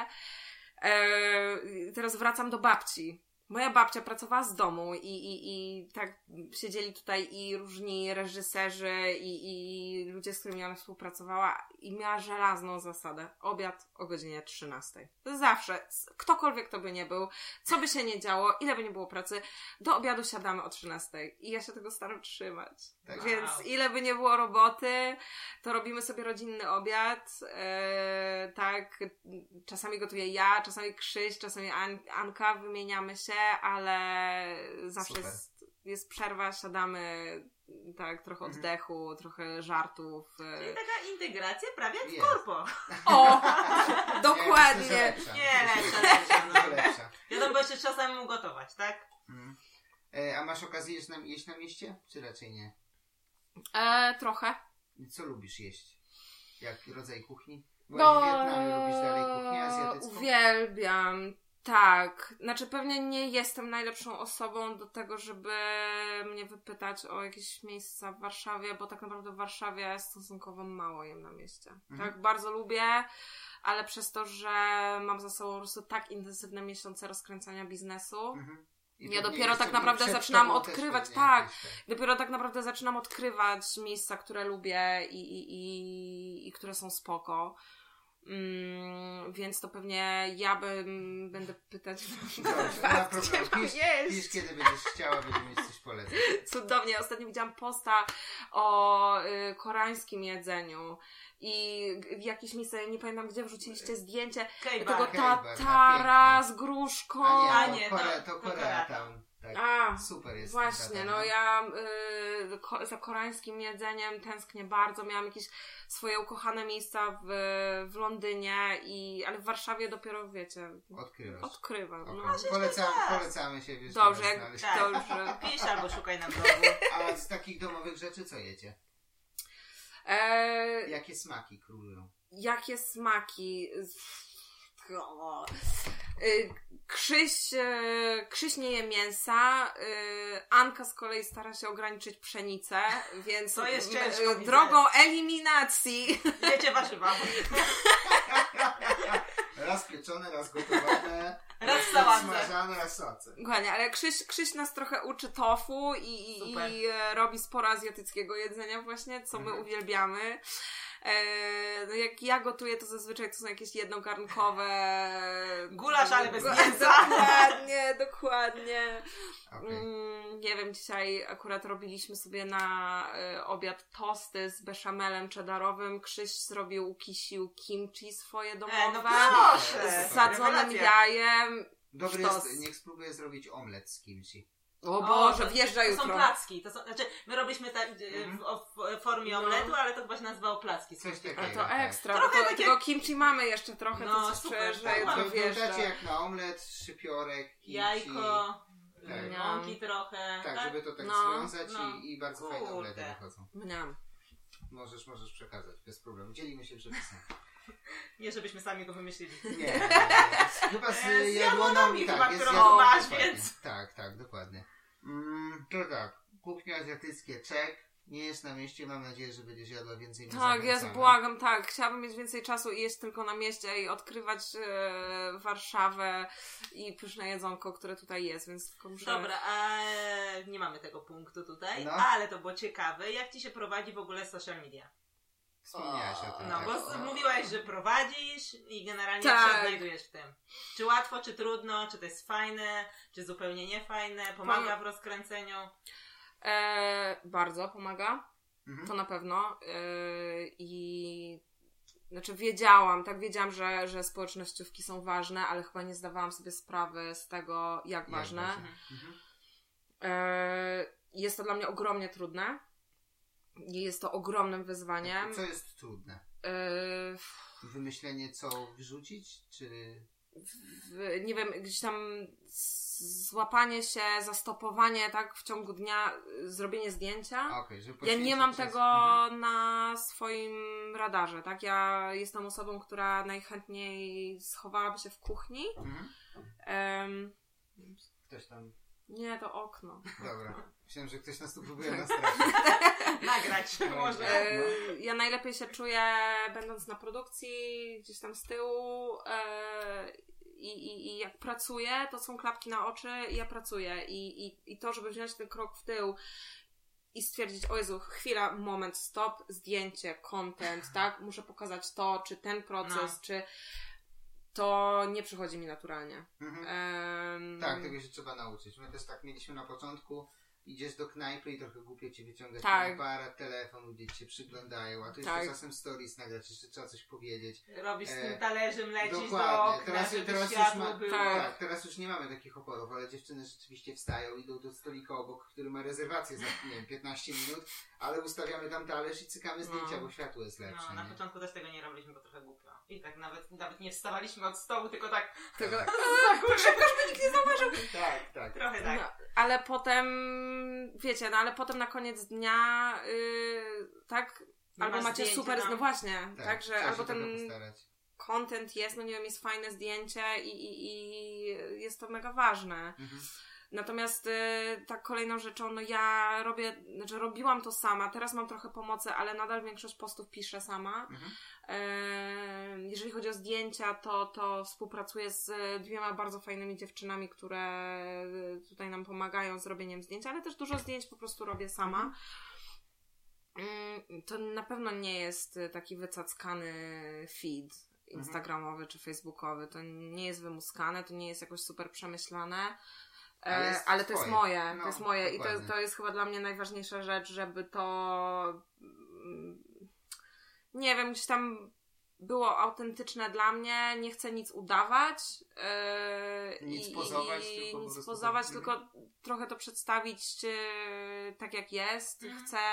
e, teraz wracam do babci. Moja babcia pracowała z domu i, i, i tak siedzieli tutaj i różni reżyserzy i, i ludzie, z którymi ona współpracowała i miała żelazną zasadę. Obiad o godzinie trzynastej. Zawsze. Ktokolwiek to by nie był, co by się nie działo, ile by nie było pracy, do obiadu siadamy o trzynastej. I ja się tego staram trzymać. Tak. Więc Wow. ile by nie było roboty, to robimy sobie rodzinny obiad. E, tak, czasami gotuję ja, czasami Krzyś, czasami An- Anka, wymieniamy się, ale zawsze Super. jest, jest przerwa, siadamy, tak, trochę Mhm. oddechu, trochę żartów. e. Czyli taka integracja prawie jak w Jest. korpo. O! Nie, Dokładnie! myślę, że lepsza. Nie, Myślę, lepsza, że lepsza, no. lepsza. Wiadomo, bo jeszcze trzeba samemu gotować, tak? Mhm. E, a masz okazję jeść na, jeść na mieście? Czy raczej nie? E, trochę. Co lubisz jeść? Jak rodzaj kuchni? Byłaś No, w Wietnamie, lubisz dalej kuchnię azjatycką? uwielbiam. Tak. Znaczy pewnie nie jestem najlepszą osobą do tego, żeby mnie wypytać o jakieś miejsca w Warszawie, bo tak naprawdę w Warszawie stosunkowo mało jem na mieście. Mhm. Tak, bardzo lubię, ale przez to, że mam za sobą po prostu tak intensywne miesiące rozkręcania biznesu, Mhm. I Ja pewnie dopiero jeszcze tak naprawdę przed zaczynam tobą też odkrywać, pewnie tak. jakieś, tak. dopiero tak naprawdę zaczynam odkrywać miejsca, które lubię i, i, i, i które są spoko. Mm, więc to pewnie ja bym, będę pytać Dobrze, was, nie ma gdzie problemu. mam Pisz, jeść. pisz, kiedy będziesz chciała, będziemy mieć coś polecać. Cudownie. Ostatnio widziałam posta o y, koreańskim jedzeniu i g- w jakieś miejsce, nie pamiętam gdzie, wrzuciliście zdjęcie Kejbar. tego Kejbar, tatara na z gruszką. A A nie, nie, to, to- Korea, to to Korea Korea. tam. Tak. A, Super jest. właśnie, ten no tata, ja y, ko- za koreańskim jedzeniem tęsknię bardzo. Miałam jakieś swoje ukochane miejsca w, w Londynie, i, ale w Warszawie dopiero, wiecie, Odkrywasz. odkrywam. Okay. No. Polecamy, tak. polecamy się, wiesz, Dobrze, teraz jak- znaleźć. Tak. Dobrze. Pisz albo szukaj na blogu. A z takich domowych rzeczy co jecie? E, Jakie smaki królują? jakie smaki? O. Y, Krzyś, y, Krzyś nie je mięsa, y, Anka z kolei stara się ograniczyć pszenicę, więc To jest y, ciężko, y, widzę. drogą eliminacji. Wiecie warzywa. Raz pieczone, raz gotowane, Raz sałatę. smażane, raz soce. Dokładnie, ale Krzyś, Krzyś nas trochę uczy tofu i, i, Super. i e, robi sporo azjatyckiego jedzenia właśnie, co my Mhm. uwielbiamy. E, no jak ja gotuję, to zazwyczaj to są jakieś jednogarnkowe... Gulasz, ale bez Gu- mięsa. Dokładnie, dokładnie. Okay. Mm, nie wiem, dzisiaj akurat robiliśmy sobie na y, obiad tosty z beszamelem cheddarowym. Krzyś zrobił, ukisił kimchi swoje domowe. E, no proszę. z sadzonym Rewelacja. jajem. Dobry Sztos. jest, niech spróbuję zrobić omlet z kimchi. O Boże, to- wjeżdża To jutro. są placki. To są, znaczy, my robiliśmy tak e, Mhm. w, o- w formie No. omletu, ale to chyba się nazywało placki. Coś A takiego. to tak. ekstra, bo Trochę to, takie- tego kimchi mamy jeszcze trochę, No, to coś super, czuję, że tak. jutro To wjeżdża. wyglądacie jak na omlet, szczypiorek, kimchi. Jajko, Tak. mąki trochę. Tak, żeby to tak No, związać no. i, i bardzo fajne Kurde. omlety wychodzą. Mniam. Możesz, możesz przekazać, bez problemu. Dzielimy się przepisem. Nie, żebyśmy sami go wymyślili. Nie, nie, nie. Chyba z, Z jabłoną, jabłonami tak, chyba, jest którą jabłon- masz, dokładnie. więc- Tak, tak, dokładnie. Mm, to tak, kuchnia azjatyckie, czek. Nie jest na mieście, mam nadzieję, że będziesz jadła więcej niż Tak, ja zachęcamy. błagam, tak. Chciałabym mieć więcej czasu i jeść tylko na mieście i odkrywać e, Warszawę i pyszne jedzonko, które tutaj jest, więc tylko muszę... Dobra, a nie mamy tego punktu tutaj, No. ale to było ciekawe. Jak Ci się prowadzi w ogóle social media? Wspomniałaś o tym. No, tak. bo mówiłaś, że prowadzisz i generalnie Tak. się odnajdujesz w tym. Czy łatwo, czy trudno, czy to jest fajne, czy zupełnie niefajne, pomaga w rozkręceniu? E, bardzo pomaga, Mhm. to na pewno. E, I znaczy wiedziałam, tak wiedziałam, że, że społecznościówki są ważne, ale chyba nie zdawałam sobie sprawy z tego, jak, Jak ważne. ważne. Mhm. E, jest to dla mnie ogromnie trudne. I jest to ogromnym wyzwaniem. Co jest trudne? E, Wymyślenie, co wyrzucić, czy... w, nie wiem, gdzieś tam złapanie się, zastopowanie, tak, w ciągu dnia, zrobienie zdjęcia. Okay, żeby Ja nie poświęcić mam czas. tego Mhm. na swoim radarze, tak? Ja jestem osobą, która najchętniej schowałaby się w kuchni. Mhm. Em, Ktoś tam... nie, to okno. Dobra. Myślałem, że ktoś nas tu próbuje nastraszyć. Nagrać może. E, ja najlepiej się czuję, będąc na produkcji, gdzieś tam z tyłu. E, i, i, I jak pracuję, to są klapki na oczy i ja pracuję. I, i, I to, żeby wziąć ten krok w tył i stwierdzić, o Jezu, chwila, moment, stop, zdjęcie, content, tak? Muszę pokazać to, czy ten proces, No. czy... To nie przychodzi mi naturalnie. Mhm. Em, Tak, tego się trzeba nauczyć. My też tak mieliśmy na początku. Idziesz do knajpy i trochę głupio ci wyciągać Tak. ten aparat, telefon, ludzie ci się przyglądają, a tu jeszcze Tak. czasem stories nagrać, jeszcze trzeba coś powiedzieć. Robisz z E, tym talerzem, lecisz do Dokładnie. okna, Teraz, żeby teraz, już światło ma, było. Tak. tak, teraz już nie mamy takich oporów, ale dziewczyny rzeczywiście wstają, idą do stolika obok, który ma rezerwację za, nie wiem, piętnaście minut, ale ustawiamy tam talerz i cykamy zdjęcia, No. bo światło jest lepsze. No, na nie? początku też tego nie robiliśmy, bo trochę głupio. I tak nawet, nawet nie wstawaliśmy od stołu, tylko tak Tego, Tak. tak szybko, żeby nikt nie zauważył. Tak, tak. trochę tak. No, ale potem, wiecie, no ale potem na koniec dnia, yy, tak, Nie albo masz macie zdjęcia, super, no. no właśnie, Tak, tak, że trzeba albo się trochę ten postarać. content jest, no nie wiem, jest fajne zdjęcie i, i, i jest to mega ważne. Mhm. Natomiast y, tak kolejną rzeczą, no ja robię, znaczy robiłam to sama, teraz mam trochę pomocy, ale nadal większość postów piszę sama. Mhm. Y, jeżeli chodzi o zdjęcia, to, to współpracuję z dwiema bardzo fajnymi dziewczynami, które tutaj nam pomagają z robieniem zdjęć, ale też dużo zdjęć po prostu robię sama. Y, to na pewno nie jest taki wycackany feed instagramowy czy facebookowy, to nie jest wymuskane, to nie jest jakoś super przemyślane. Ale jest Ale to jest twoje. moje, No, to jest moje i to, dokładnie. to jest chyba dla mnie najważniejsza rzecz, żeby to mm, nie wiem, gdzieś tam było autentyczne dla mnie, nie chcę nic udawać yy, Nic i, pozować, i, tylko po nic prostu pozować, tak. tylko trochę to przedstawić yy, tak jak jest. Mhm. Chcę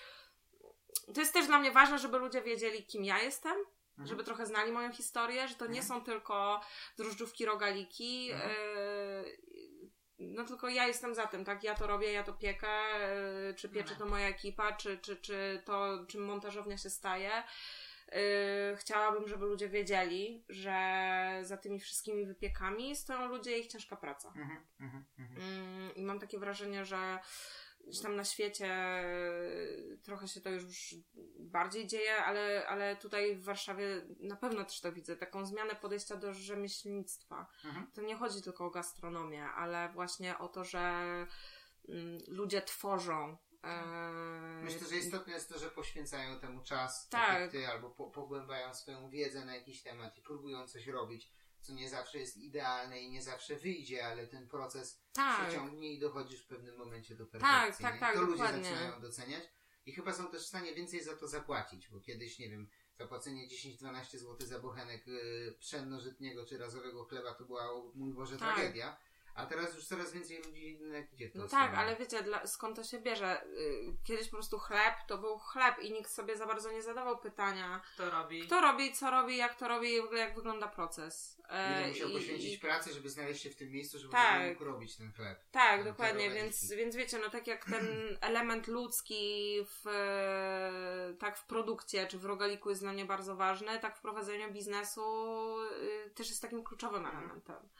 to jest też dla mnie ważne, żeby ludzie wiedzieli, kim ja jestem. Mhm. Żeby trochę znali moją historię, że to nie Mhm. są tylko drożdżówki, rogaliki. Mhm. Yy, no tylko ja jestem za tym, tak? Ja to robię, ja to piekę, yy, czy piecze No. to moja ekipa, czy, czy, czy to, czym montażownia się staje. Yy, chciałabym, żeby ludzie wiedzieli, że za tymi wszystkimi wypiekami stoją ludzie i ich ciężka praca. Mhm, mhm, mhm. Yy, I mam takie wrażenie, że gdzieś tam na świecie yy, trochę się to już bardziej dzieje, ale, ale tutaj w Warszawie na pewno też to widzę, taką zmianę podejścia do rzemieślnictwa. Mhm. To nie chodzi tylko o gastronomię, ale właśnie o to, że mm, ludzie tworzą. Yy, Myślę, że istotne jest to, że poświęcają temu czas, tak, Tak. jak ty, albo po, pogłębiają swoją wiedzę na jakiś temat i próbują coś robić, co nie zawsze jest idealne i nie zawsze wyjdzie, ale ten proces tak. się ciągnie i dochodzisz w pewnym momencie do perfekcji. tak, nie? tak, to ludzie dokładnie. zaczynają doceniać i chyba są też w stanie więcej za to zapłacić, bo kiedyś, nie wiem, zapłacenie dziesięć do dwunastu złotych za bochenek yy, pszennożytnego czy razowego chleba to była, o mój Boże, Tak. tragedia. A teraz już coraz więcej ludzi idzie w to. No tak, ale wiecie, dla, skąd to się bierze? Yy, Kiedyś po prostu chleb to był chleb i nikt sobie za bardzo nie zadawał pytania, Kto robi? kto robi, co robi, jak to robi i w ogóle jak wygląda proces. Yy, Ile musiał i- poświęcić i- pracy, żeby znaleźć się w tym miejscu, żeby Tak. mógł robić ten chleb. Tak, Ten dokładnie, chleb więc, robić. więc wiecie, no tak jak ten element ludzki w, tak w produkcie czy w rogaliku jest dla mnie bardzo ważny, tak w prowadzeniu biznesu y, też jest takim kluczowym elementem.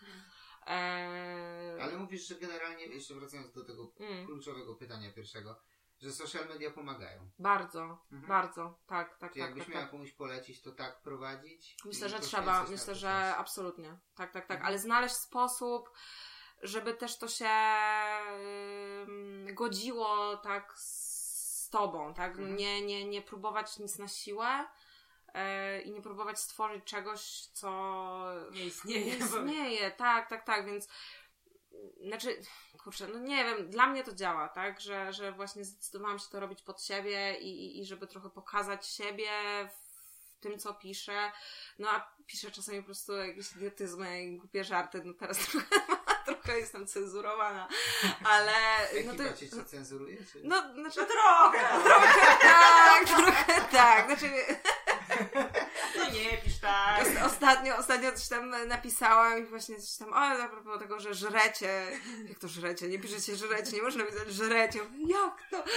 Eee, Ale mówisz, że generalnie, jeszcze wracając do tego mm, kluczowego pytania pierwszego, że social media pomagają. bardzo, Mhm. bardzo, tak, tak, Czy tak. jakbyś tak, miała tak. komuś polecić, to tak prowadzić? Myślę, i że poświęcać trzeba, na myślę, to że czas? absolutnie. Tak, tak, tak, Mhm. ale znaleźć sposób, żeby też to się ym, godziło tak z z tobą, tak? Mhm. Nie, nie, nie próbować nic na siłę yy, i nie próbować stworzyć czegoś, co Nie istnieje. nie istnieje, tak, tak, tak, więc znaczy, kurczę, no nie wiem, dla mnie to działa, tak, że, że właśnie zdecydowałam się to robić pod siebie i, i, i żeby trochę pokazać siebie w tym, co piszę, no a piszę czasami po prostu jakieś idiotyzmy i głupie żarty, no teraz trochę, trochę jestem cenzurowana, ale... Ekipa no to, cię co cenzuruje? Czy... no, znaczy, No trochę! trochę tak, trochę tak, znaczy... No nie pisz tak. Ost- Ostatnio, ostatnio coś tam napisałam i właśnie coś tam, o, a propos tego, że żrecie. Jak to żrecie? Nie piszecie żrecie, nie można pisać żrecie. Jak to?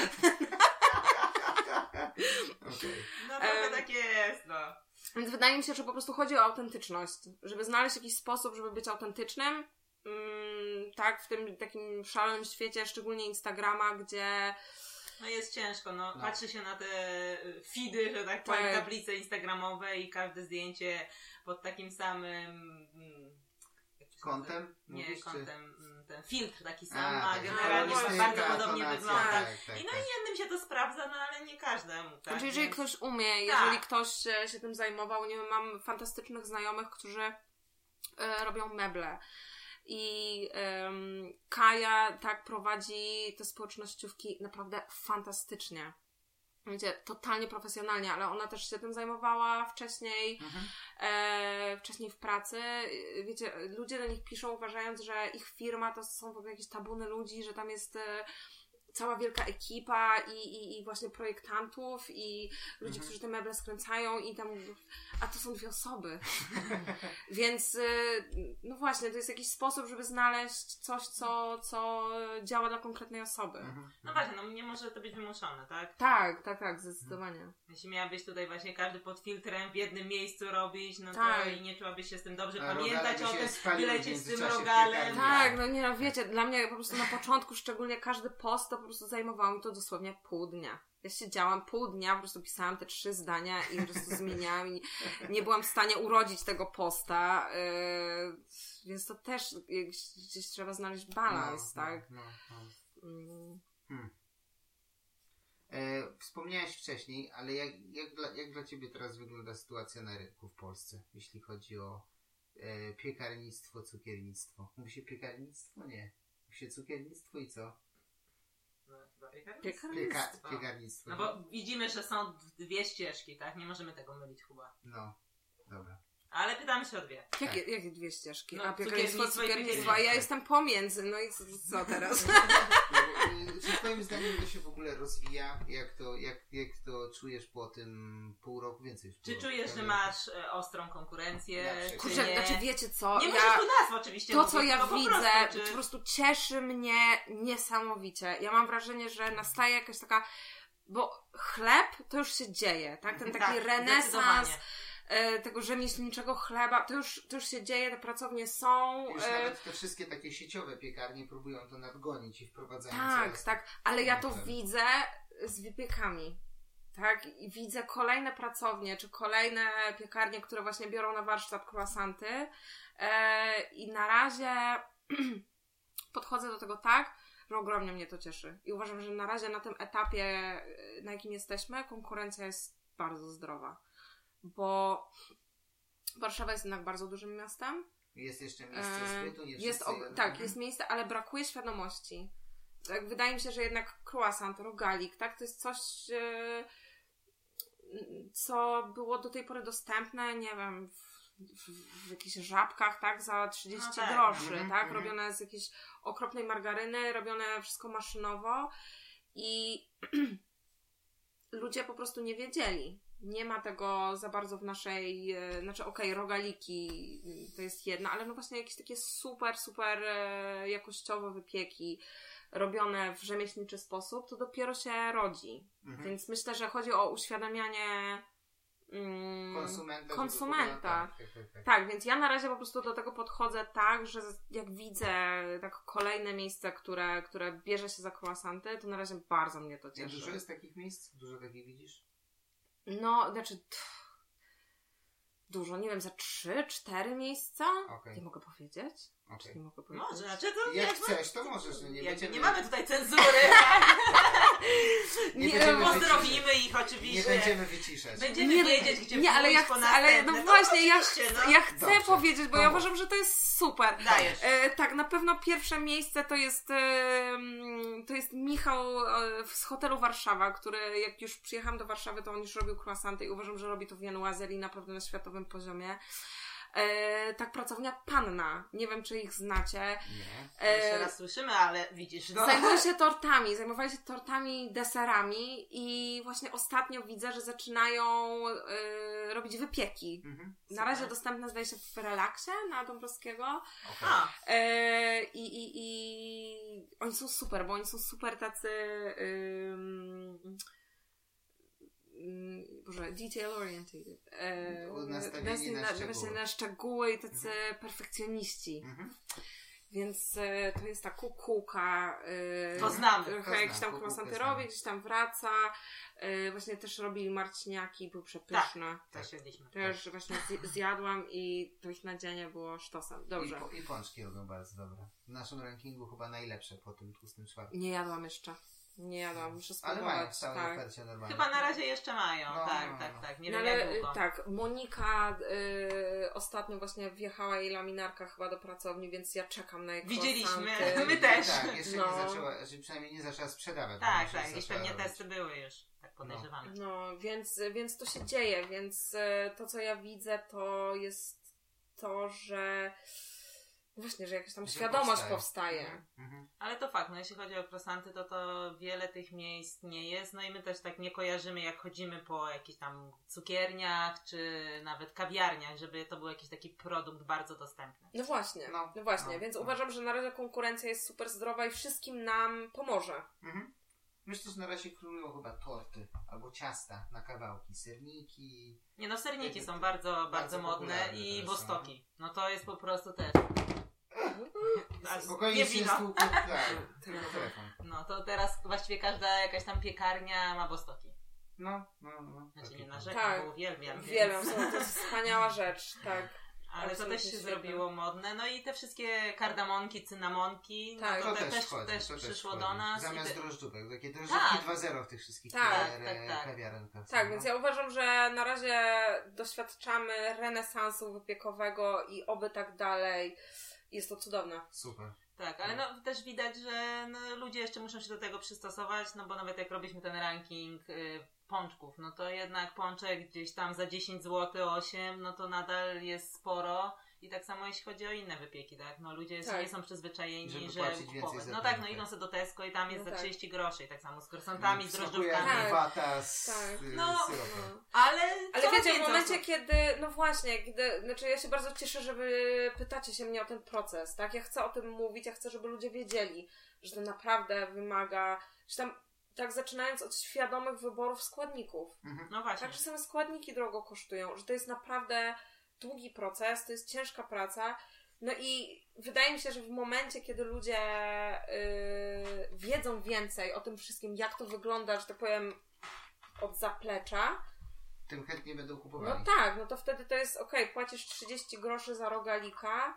Okay. No trochę Em, tak jest, no. Więc wydaje mi się, że po prostu chodzi o autentyczność. Żeby znaleźć jakiś sposób, żeby być autentycznym. Mm, tak, w tym takim szalonym świecie, szczególnie Instagrama, gdzie... No jest ciężko, no. No. Patrzy się na te feedy, że tak powiem, Tak. tablice instagramowe i każde zdjęcie pod takim samym... mm, jak to się Kątem? nazywa? Nie, Mówisz, kątem, mm, ten filtr taki sam, A, a tak. generalnie A, bardzo tak, podobnie tonacja, wygląda. tak, tak, I no tak. i jednym się to sprawdza, no ale nie każdemu, tak? Znaczy, jeżeli Więc- ktoś umie, Tak. jeżeli ktoś się, się tym zajmował, nie wiem, mam fantastycznych znajomych, którzy e, robią meble. I em, Kaja tak prowadzi te społecznościówki naprawdę fantastycznie. Wiecie, totalnie profesjonalnie, ale ona też się tym zajmowała wcześniej, Mhm. e, wcześniej w pracy. Wiecie, ludzie do nich piszą, uważając, że ich firma to są w ogóle jakieś tabuny ludzi, że tam jest e, cała wielka ekipa i, i, i właśnie projektantów i ludzi, Mhm. którzy te meble skręcają i tam, a to są dwie osoby. Więc y, no właśnie, to jest jakiś sposób, żeby znaleźć coś, co, co działa dla konkretnej osoby. Mhm. No właśnie, no nie może to być wymuszone, tak? Tak, tak, tak, zdecydowanie. Jeśli miałabyś tutaj właśnie każdy pod filtrem w jednym miejscu robić, no to Tak. i nie czułabyś się z tym dobrze, A pamiętać rogale o by tym, się spaliły w wylecieć z tym międzyczasie w rogalem. piekarni. Tak, no nie no, wiecie, dla mnie po prostu na początku szczególnie każdy post to po prostu zajmowało mi to dosłownie pół dnia. Ja siedziałam pół dnia, po prostu pisałam te trzy zdania i po prostu zmieniałam i nie byłam w stanie urodzić tego posta, yy, więc to też gdzieś, gdzieś trzeba znaleźć balans, No, tak? No, no, no. Mm. Hmm. E, wspomniałaś wcześniej, ale jak, jak, dla, jak dla Ciebie teraz wygląda sytuacja na rynku w Polsce, jeśli chodzi o e, piekarnictwo, cukiernictwo? Mówi się piekarnictwo? Nie. Mówi się cukiernictwo i co? No, chyba piekarnictwo. Piekarnictwo. Pieka, piekarnictwo. No bo widzimy, że są dwie ścieżki, tak? Nie możemy tego mylić chyba. No, dobra. Ale pytamy się o dwie. Jakie, jakie dwie ścieżki? No, A piekarnictwo, cukiernictwo i cukiernictwo, a ja piekarnictwo. jestem pomiędzy, no i co, co teraz? No, bo, y, czy Twoim zdaniem to się w ogóle rozwija? Jak to, jak, jak to czujesz po tym pół roku? Więcej już pół Czy roku, czujesz, że prawda? masz e, ostrą konkurencję? Na przykład. Czy Kurczę, nie? znaczy wiecie co, Nie ja... musisz tu nazw oczywiście To, mówić, co ja tylko po widzę, prostu, po czy... prostu cieszy mnie niesamowicie. Ja mam wrażenie, że nastaje jakaś taka... Bo chleb to już się dzieje, tak? Ten taki Tak, renesans zdecydowanie. e, tego rzemieślniczego chleba, to już, to już się dzieje, te pracownie są. Już E, nawet te wszystkie takie sieciowe piekarnie próbują to nadgonić i wprowadzają tak, coraz- tak, ale ja to chleb. widzę z wypiekami. Tak, i widzę kolejne pracownie, czy kolejne piekarnie, które właśnie biorą na warsztat croissanty e, i na razie podchodzę do tego tak, że ogromnie mnie to cieszy. I uważam, że na razie na tym etapie, e, na jakim jesteśmy, konkurencja jest bardzo zdrowa. Bo Warszawa jest jednak bardzo dużym miastem. Jest jeszcze miejsce E, zbytu, nie jest wszyscy og- jedzą. tak, jest miejsce, ale brakuje świadomości. Tak, wydaje mi się, że jednak croissant, rogalik, tak, to jest coś, e, co było do tej pory dostępne, nie wiem, w, w, w jakichś żabkach, tak, za trzydzieści No tak. groszy, Mhm, tak, mhm. robione z jakiejś okropnej margaryny, robione wszystko maszynowo i ludzie po prostu nie wiedzieli. Nie ma tego za bardzo w naszej, e, znaczy okej, okay, rogaliki to jest jedna, ale no właśnie jakieś takie super, super e, jakościowe wypieki robione w rzemieślniczy sposób, to dopiero się rodzi. Mhm. Więc myślę, że chodzi o uświadamianie mm, Konsumenta. konsumenta. Tak, tak, tak, tak. Tak, więc ja na razie po prostu do tego podchodzę tak, że jak widzę tak kolejne miejsce, które, które bierze się za croissanty, to na razie bardzo mnie to Jak cieszy. dużo jest takich miejsc? Dużo takich widzisz? No, znaczy... Pff, dużo, nie wiem, za trzy, cztery miejsca? Okay. Nie mogę powiedzieć? Okay. Nie mogę powiedzieć. Może, znaczy to jak chcesz, to możesz. Nie, jak, będziemy... nie mamy tutaj cenzury. nie, nie pozdrowimy ich oczywiście. Nie będziemy wyciszać. Będziemy nie, wiedzieć, gdzie nie, ale ja po chcę, ale no to właśnie, ja, no. ja chcę Dobrze. powiedzieć, bo to ja mów. uważam, że to jest super. Dajesz. E, tak, na pewno pierwsze miejsce to jest e, to jest Michał e, z hotelu Warszawa, który jak już przyjechałam do Warszawy, to on już robił croissanty i uważam, że robi to w Januazerii naprawdę na światowym poziomie. E, tak, pracownia Panna. Nie wiem, czy ich znacie. Nie. E, Jeszcze raz słyszymy, ale widzisz. No. Zajmują się tortami, zajmowali się tortami, deserami i właśnie ostatnio widzę, że zaczynają e, robić wypieki. Mhm. Na razie dostępne zdaje się w Relaksie na Dąbrowskiego. Okay. A, E, i, i, I oni są super, bo oni są super tacy ym, ym, Boże, detail oriented. E, Nastawieni na, na szczegóły. Właśnie na szczegóły i tacy mhm. perfekcjoniści. Mhm. Więc e, to jest ta kukułka. E, To znamy. Trochę To jakieś znam, tam croissanty kukułkę robi, znam. gdzieś tam wraca. E, właśnie też robili marciniaki, był przepyszny. tak siedliśmy. Też właśnie zj- zjadłam i to ich nadzienie było sztosem. Dobrze. I, po, I pączki robią bardzo dobre. W naszym rankingu chyba najlepsze po tym tłustym czwartku. Nie jadłam jeszcze. Nie jadłam, muszę Ale spróbować. mają w całej tak. ofercie normalnie. Chyba na razie jeszcze mają. No, tak, no, tak, no. tak. Nie No wiem ale jak długo. tak, Monika y, ostatnio właśnie wjechała jej laminarka chyba do pracowni, więc ja czekam na jej Widzieliśmy. croissanty. My też. Tak, jeszcze No. nie zaczęła, że przynajmniej nie zaczęła sprzedawać. Tak, może tak. Gdzieś zaczęła pewnie robić. testy były już. Tak podejrzewamy. No, więc, więc to się dzieje, więc y, to co ja widzę to jest to, że no właśnie, że jakaś tam Że świadomość powstaje. powstaje. Mhm, mhm. Ale to fakt, no jeśli chodzi o croissanty, to to wiele tych miejsc nie jest, no i my też tak nie kojarzymy, jak chodzimy po jakichś tam cukierniach, czy nawet kawiarniach, żeby to był jakiś taki produkt bardzo dostępny. No właśnie, No, no, właśnie, no, więc no. uważam, że na razie konkurencja jest super zdrowa i wszystkim nam pomoże. Mhm. Myślę, że na razie królują chyba torty albo ciasta na kawałki, serniki. Nie no, serniki Jakby- są bardzo, bardzo, bardzo modne popularne i teraz, bostoki. No to jest po prostu też... A, Spokojnie nie się wino. stłuku, tak, tylko telefon. No to teraz właściwie każda jakaś tam piekarnia ma bostoki. No, no, no. Znaczy taki nie plan. narzekam, Tak. bo uwielbiam. Wiele, więc- to jest wspaniała rzecz, tak. Ale to Absolutnie też się świetne. zrobiło modne. No i te wszystkie kardamonki, cynamonki, Tak. no To to te, też, też, wchodzi, też to przyszło wchodzi. do nas. Zamiast i te... drożdżówek, takie drożdżówki Tak. dwa zero w tych wszystkich Tak, kawiar- tak, tak. kawiarenkach. Tak, no. więc ja uważam, że na razie doświadczamy renesansu wypiekowego i oby tak dalej. Jest to cudowne. Super. Tak, ale no też widać, że no, ludzie jeszcze muszą się do tego przystosować, no bo nawet jak robiliśmy ten ranking y, pączków, no to jednak pączek gdzieś tam za dziesięć złotych, osiem, no to nadal jest sporo. I tak samo jeśli chodzi o inne wypieki, tak? No ludzie jeszcze Tak. nie są przyzwyczajeni, Żeby że płacić więcej kupować. za No ten tak, no wypiek. idą sobie do Tesco i tam jest No za tak. trzydzieści groszy i tak samo z krosantami, z Smakuje drożdżówkami. jak Tak. wata z Tak. y, No, syropem. No. Ale, Ale coraz wiecie, w więcej momencie, osób- kiedy, no właśnie, kiedy, znaczy ja się bardzo cieszę, że wy pytacie się mnie o ten proces, tak? Ja chcę o tym mówić, ja chcę, żeby ludzie wiedzieli, że to naprawdę wymaga, że tam, tak zaczynając od świadomych wyborów składników. Mhm. No właśnie. Tak, że same składniki drogo kosztują, że to jest naprawdę długi proces, to jest ciężka praca. No i wydaje mi się, że w momencie, kiedy ludzie yy, wiedzą więcej o tym wszystkim, jak to wygląda, że tak powiem, od zaplecza, Tym chętnie będą no kupowali. tak, no to wtedy to jest okej, płacisz trzydzieści groszy za rogalika,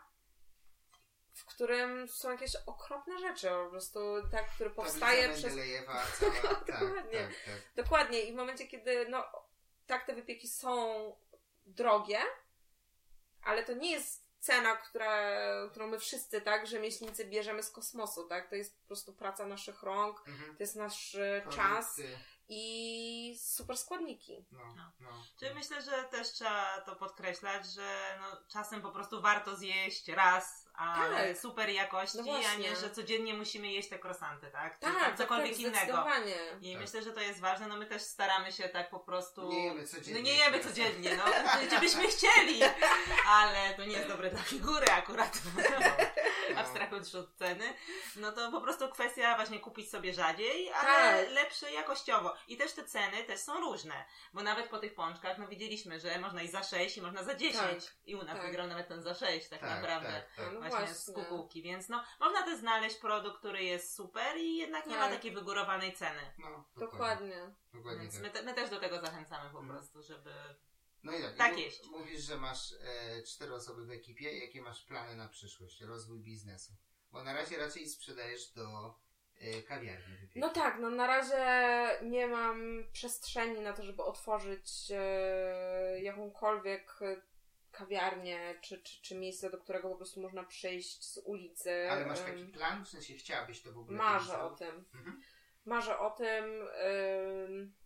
w którym są jakieś okropne rzeczy, po prostu tak, który powstaje Tablica przez... Mendelejewa cała, tak, Dokładnie. tak, tak. Dokładnie. I w momencie, kiedy no tak te wypieki są drogie, ale to nie jest cena, która, którą my wszyscy, tak, rzemieślnicy bierzemy z kosmosu, tak? To jest po prostu praca naszych rąk, Mhm. to jest nasz e, czas Produkty. i super składniki. No, no. Czyli myślę, że też trzeba to podkreślać, że no, czasem po prostu warto zjeść raz, ale Tak. super jakości, No a właśnie. nie, że codziennie musimy jeść te croissanty, tak? Czy Tak, tam tak, cokolwiek tak, innego. zdecydowanie. I Tak. myślę, że to jest ważne, no my też staramy się tak po prostu... Nie jemy codziennie. No nie jemy codziennie, no, gdzie byśmy chcieli, ale to nie jest dobre dla figury akurat, No. abstrahując od ceny, no to po prostu kwestia właśnie kupić sobie rzadziej, ale Tak. lepsze jakościowo. I też te ceny też są różne, bo nawet po tych pączkach, no widzieliśmy, że można i za sześć i można za dziesięć Tak. i u nas Tak. wygrał nawet ten za sześć tak, Tak, naprawdę. tak, tak. No Właśnie, właśnie. z kukułki, więc no można też znaleźć produkt, który jest super i jednak nie Tak. ma takiej wygórowanej ceny. No, Dokładnie. Dokładnie Więc tak. my, te, my też do tego zachęcamy po Mhm. prostu, żeby No i tak, tak i jeść. Mówisz, że masz e, cztery osoby w ekipie. Jakie masz plany na przyszłość, rozwój biznesu? Bo na razie raczej sprzedajesz do e, kawiarni. Wypieki. No tak, no na razie nie mam przestrzeni na to, żeby otworzyć e, jakąkolwiek kawiarnię, czy, czy, czy miejsce, do którego po prostu można przyjść z ulicy. Ale masz taki plan? W sensie chciałabyś to w ogóle? Marzę o tym. Mhm. Marzę o tym. Ym,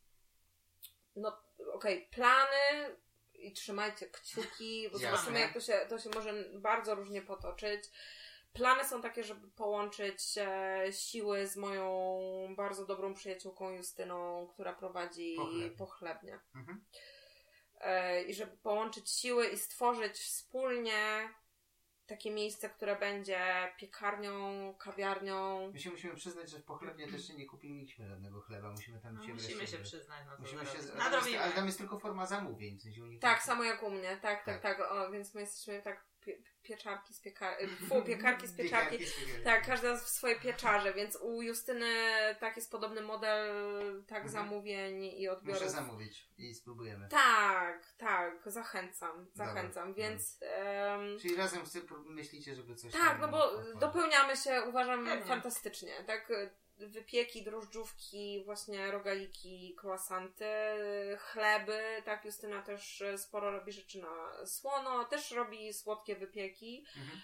no okej, okay, plany i trzymajcie kciuki, bo zobaczymy, jak to się, to się może bardzo różnie potoczyć. Plany są takie, żeby połączyć e, siły z moją bardzo dobrą przyjaciółką Justyną, która prowadzi Pochlebnie. Pochlebnie. Mhm. E, I żeby połączyć siły i stworzyć wspólnie takie miejsce, które będzie piekarnią, kawiarnią. My się musimy przyznać, że w Pochlebnie też nie kupiliśmy żadnego chleba. Musimy tam no, się Musimy wreszcie, się przyznać. No to musimy się, ale, tam jest, ale tam jest tylko forma zamówień. W sensie u nich tak, samo jak u mnie. Tak, tak, tak. tak. O, więc my jesteśmy tak pie, pieczarki z piekarki. Fu, piekarki z pieczarki. Piekarki z piekarki. Tak, każda w swoje pieczarze, więc u Justyny tak jest podobny model tak mhm. zamówień i odbiorów. Muszę zamówić i spróbujemy. Tak, tak. Zachęcam. Zachęcam. Dobra, więc... dobra. Um... Czyli razem myślicie, żeby coś... Tak, no bo otworzyć. Dopełniamy się, uważam, Pewnie. fantastycznie. Tak, wypieki, drożdżówki, właśnie rogaliki, croissanty, chleby, tak, Justyna też sporo robi rzeczy na słono, też robi słodkie wypieki. Mhm.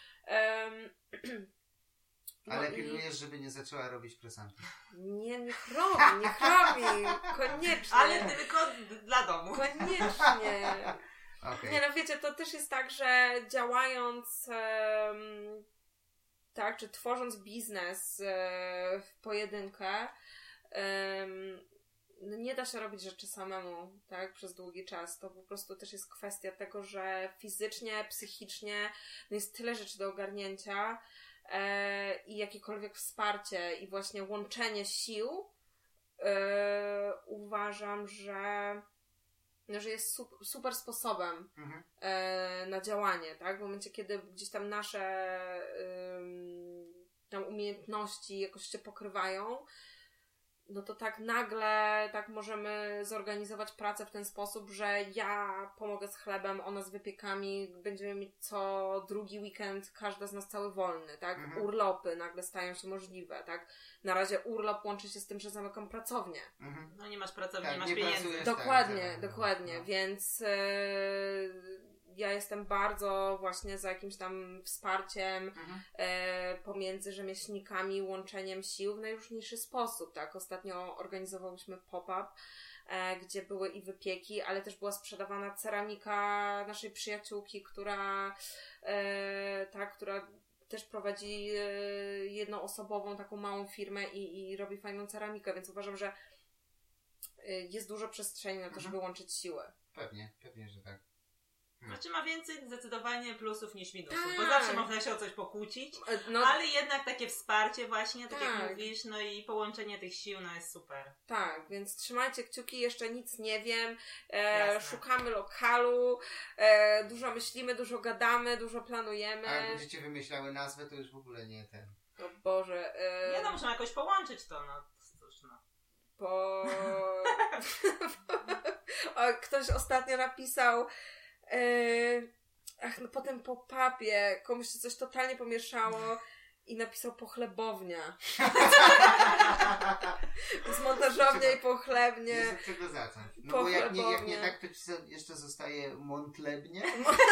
Um, no ale pilnujesz, i... żeby nie zaczęła robić croissanty. Nie, niech robi, niech robi, koniecznie. Ale tylko dla domu. Koniecznie. Okay. Nie no, wiecie, to też jest tak, że działając um, tak, czy tworząc biznes e, w pojedynkę, e, no nie da się robić rzeczy samemu, tak, przez długi czas. To po prostu też jest kwestia tego, że fizycznie, psychicznie no jest tyle rzeczy do ogarnięcia e, i jakiekolwiek wsparcie i właśnie łączenie sił e, uważam, że że jest super sposobem mhm. e, na działanie, tak? W momencie, kiedy gdzieś tam nasze ym, tam umiejętności jakoś się pokrywają, no to tak nagle tak możemy zorganizować pracę w ten sposób, że ja pomogę z chlebem, ona z wypiekami, będziemy mieć co drugi weekend każda z nas cały wolny, tak? Mhm. Urlopy nagle stają się możliwe, tak? Na razie urlop łączy się z tym, że zamykam pracownię. Mhm. No nie masz pracowni, tak, nie masz nie pieniędzy. Dokładnie, tak, dokładnie, no. Więc yy, ja jestem bardzo właśnie za jakimś tam wsparciem mhm. e, pomiędzy rzemieślnikami, łączeniem sił w najróżniejszy sposób, tak? Ostatnio organizowałyśmy pop-up, e, gdzie były i wypieki, ale też była sprzedawana ceramika naszej przyjaciółki, która e, tak, która też prowadzi e, jednoosobową taką małą firmę i, i robi fajną ceramikę, więc uważam, że e, jest dużo przestrzeni na to, mhm. żeby łączyć siły. Pewnie, pewnie, że tak. Znaczy ma więcej zdecydowanie plusów niż minusów, tak. bo zawsze można się o coś pokłócić, no, ale jednak takie wsparcie właśnie, tak, tak jak mówisz, no i połączenie tych sił, no jest super. Tak, więc trzymajcie kciuki, jeszcze nic nie wiem, e, szukamy lokalu, e, dużo myślimy, dużo gadamy, dużo planujemy. A jak będziecie wymyślały nazwę, to już w ogóle nie ten. O Boże. E... Nie no, możemy jakoś połączyć to, no cóż no. Bo... o, ktoś ostatnio napisał Yy, ach, no po tym pop-upie komuś się coś totalnie pomieszało i napisał pochlebownia. To jest montażownia i pochlebnie. Jest od czego zacząć. No bo jak nie, jak nie tak, to jeszcze zostaje montlebnie.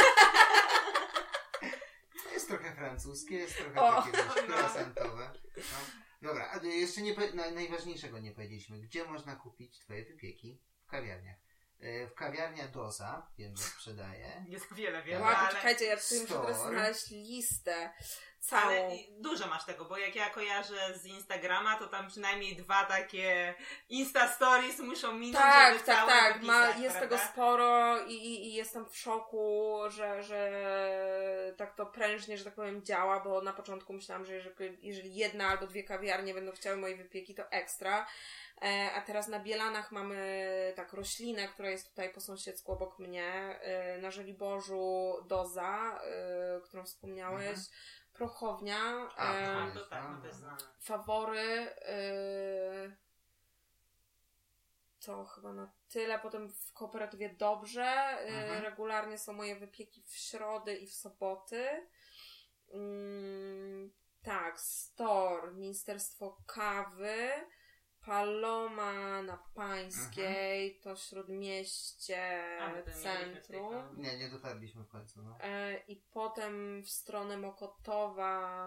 To jest trochę francuskie, jest trochę o, takie no. croissantowe. No. Dobra, a jeszcze nie, najważniejszego nie powiedzieliśmy. Gdzie można kupić twoje wypieki? W kawiarniach. W kawiarnia Doza, wiem, że sprzedaje. Jest wiele, wiele. Wow, ale... Czekajcie, ja tutaj muszę teraz znaleźć listę całą. Ale dużo masz tego, bo jak ja kojarzę z Instagrama, to tam przynajmniej dwa takie Insta Stories muszą minąć, tak, żeby tak, całe tak. wypisać, Ma, jest prawda? tego sporo i, i, i jestem w szoku, że, że tak to prężnie, że tak powiem, działa, bo na początku myślałam, że jeżeli, jeżeli jedna albo dwie kawiarnie będą chciały moje wypieki, to ekstra. A teraz na Bielanach mamy tak roślinę, która jest tutaj po sąsiedzku obok mnie, na Żoliborzu Doza, którą wspomniałeś, mhm. Prochownia, A, e, to tak, no to jest znane. Fawory, e, to chyba na tyle. Potem w kooperatywie Dobrze. Mhm. Regularnie są moje wypieki w środy i w soboty. Mm, tak, Store, Ministerstwo Kawy, Paloma na Pańskiej, mhm. to Śródmieście, A, centrum. Nie, nie dotarliśmy w końcu. No. E, I potem w stronę Mokotowa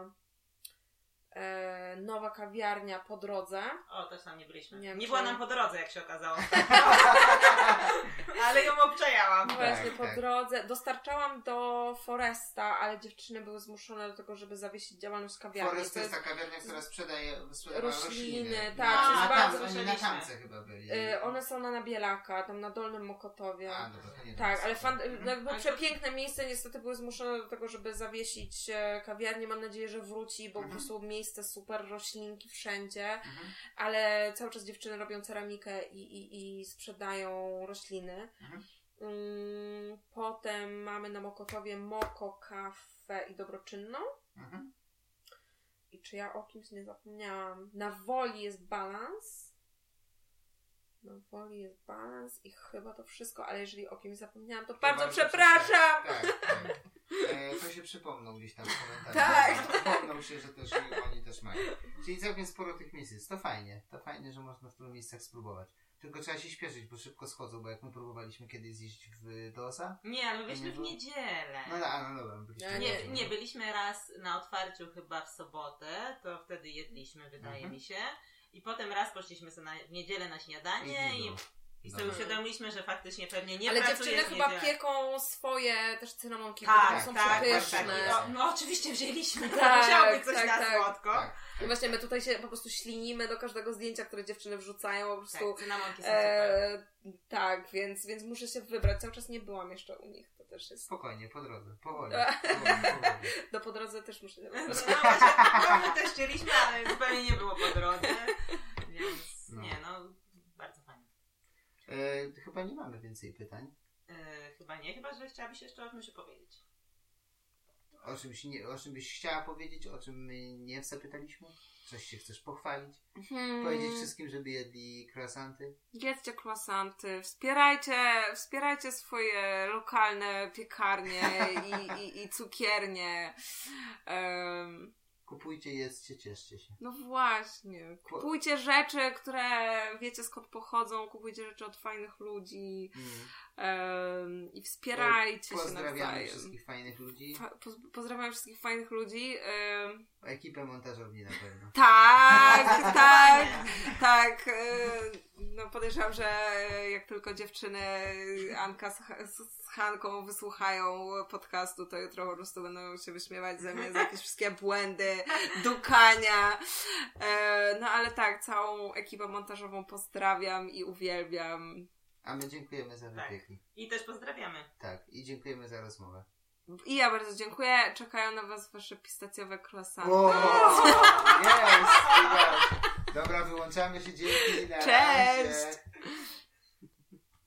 e, nowa kawiarnia po drodze. O, też tam nie byliśmy. Nie, nie czy... była nam po drodze, jak się okazało. Ale ją obczajałam. No właśnie, tak, po tak. drodze. Dostarczałam do Foresta, ale dziewczyny były zmuszone do tego, żeby zawiesić działalność kawiarni. Forest to jest ta kawiarnia, która sprzedaje rośliny. rośliny. Tak, no, na, bardzo tam, na tamce chyba byli. Y, one są na Nabielaka, tam na Dolnym Mokotowie. A, dobra, to nie tak, ale fan, mhm. jakby ale przepiękne to... miejsce, niestety były zmuszone do tego, żeby zawiesić kawiarnię. Mam nadzieję, że wróci, bo mhm. po prostu miejsce super, roślinki wszędzie, mhm. ale cały czas dziewczyny robią ceramikę i, i, i sprzedają rośliny. Mhm. Mm, potem mamy na Mokotowie Moko, Kafę i Dobroczynną. Mhm. I czy ja o kimś nie zapomniałam? Na Woli jest Balans. Na Woli jest Balans i chyba to wszystko, ale jeżeli o kimś zapomniałam, to, to bardzo, bardzo przepraszam! Tak, tak. E, to się przypomną gdzieś tam w komentarzach. Tak! Przypomną się, że też oni też mają. Czyli całkiem sporo tych miejsc jest. To fajnie. To fajnie, że można w tylu miejscach spróbować. Tylko trzeba się śpieszyć, bo szybko schodzą, bo jak my próbowaliśmy kiedyś zjeść w Dosa. Nie, ale byliśmy nie w niedzielę. No, no, no dobra. Byliśmy nie, nie, byliśmy raz na otwarciu chyba w sobotę, to wtedy jedliśmy, wydaje mhm. mi się. I potem raz poszliśmy sobie na, w niedzielę na śniadanie i, i, i sobie uświadomiliśmy, że faktycznie pewnie nie ale pracuje dziewczyny chyba pieką swoje też cynamonki, tak, które są tak, przepyszne. Tak, tak. No, no oczywiście wzięliśmy, to tak, musiało być coś tak, na tak. słodko. Tak. I właśnie my tutaj się po prostu ślinimy do każdego zdjęcia, które dziewczyny wrzucają, po prostu. Tak, cynamonki są e, super. Tak, więc, więc muszę się wybrać. Cały czas nie byłam jeszcze u nich, to też jest. Spokojnie, po drodze, powoli. powoli, powoli. Do po drodze też muszę się wybrać. No właśnie, my też chcieliśmy, ale zupełnie nie było po drodze. Więc no. nie, no bardzo fajnie. E, chyba nie mamy więcej pytań. E, chyba nie, chyba że chciałabyś jeszcze o czymś opowiedzieć. O czymś, nie, o czym byś chciała powiedzieć, o czym my nie zapytaliśmy? Coś się chcesz pochwalić? Hmm. Powiedzieć wszystkim, żeby jedli croissanty? Jedzcie croissanty, wspierajcie, wspierajcie swoje lokalne piekarnie i, i, i cukiernie. Um, Kupujcie, jedzcie, cieszcie się. No właśnie. Kupujcie rzeczy, które wiecie skąd pochodzą. Kupujcie rzeczy od fajnych ludzi. Mm. Um, I wspierajcie się nawzajem. Pozdrawiamy wszystkich fajnych ludzi. Fa- poz- pozdrawiam wszystkich fajnych ludzi. Um, Ekipę montażowni na pewno. Tak, tak, tak. No podejrzewam, że jak tylko dziewczyny Anka z, z Hanką wysłuchają podcastu, to jutro po prostu będą się wyśmiewać ze mnie za jakieś wszystkie błędy, dukania. No ale tak, całą ekipę montażową pozdrawiam i uwielbiam. A my dziękujemy za wypieki. Tak. I też pozdrawiamy. Tak, i dziękujemy za rozmowę. I ja bardzo dziękuję. Czekają na was wasze pistacjowe croissanty. O, jest, jest. Dobra, wyłączamy się. Dzięki. Na Cześć. razie.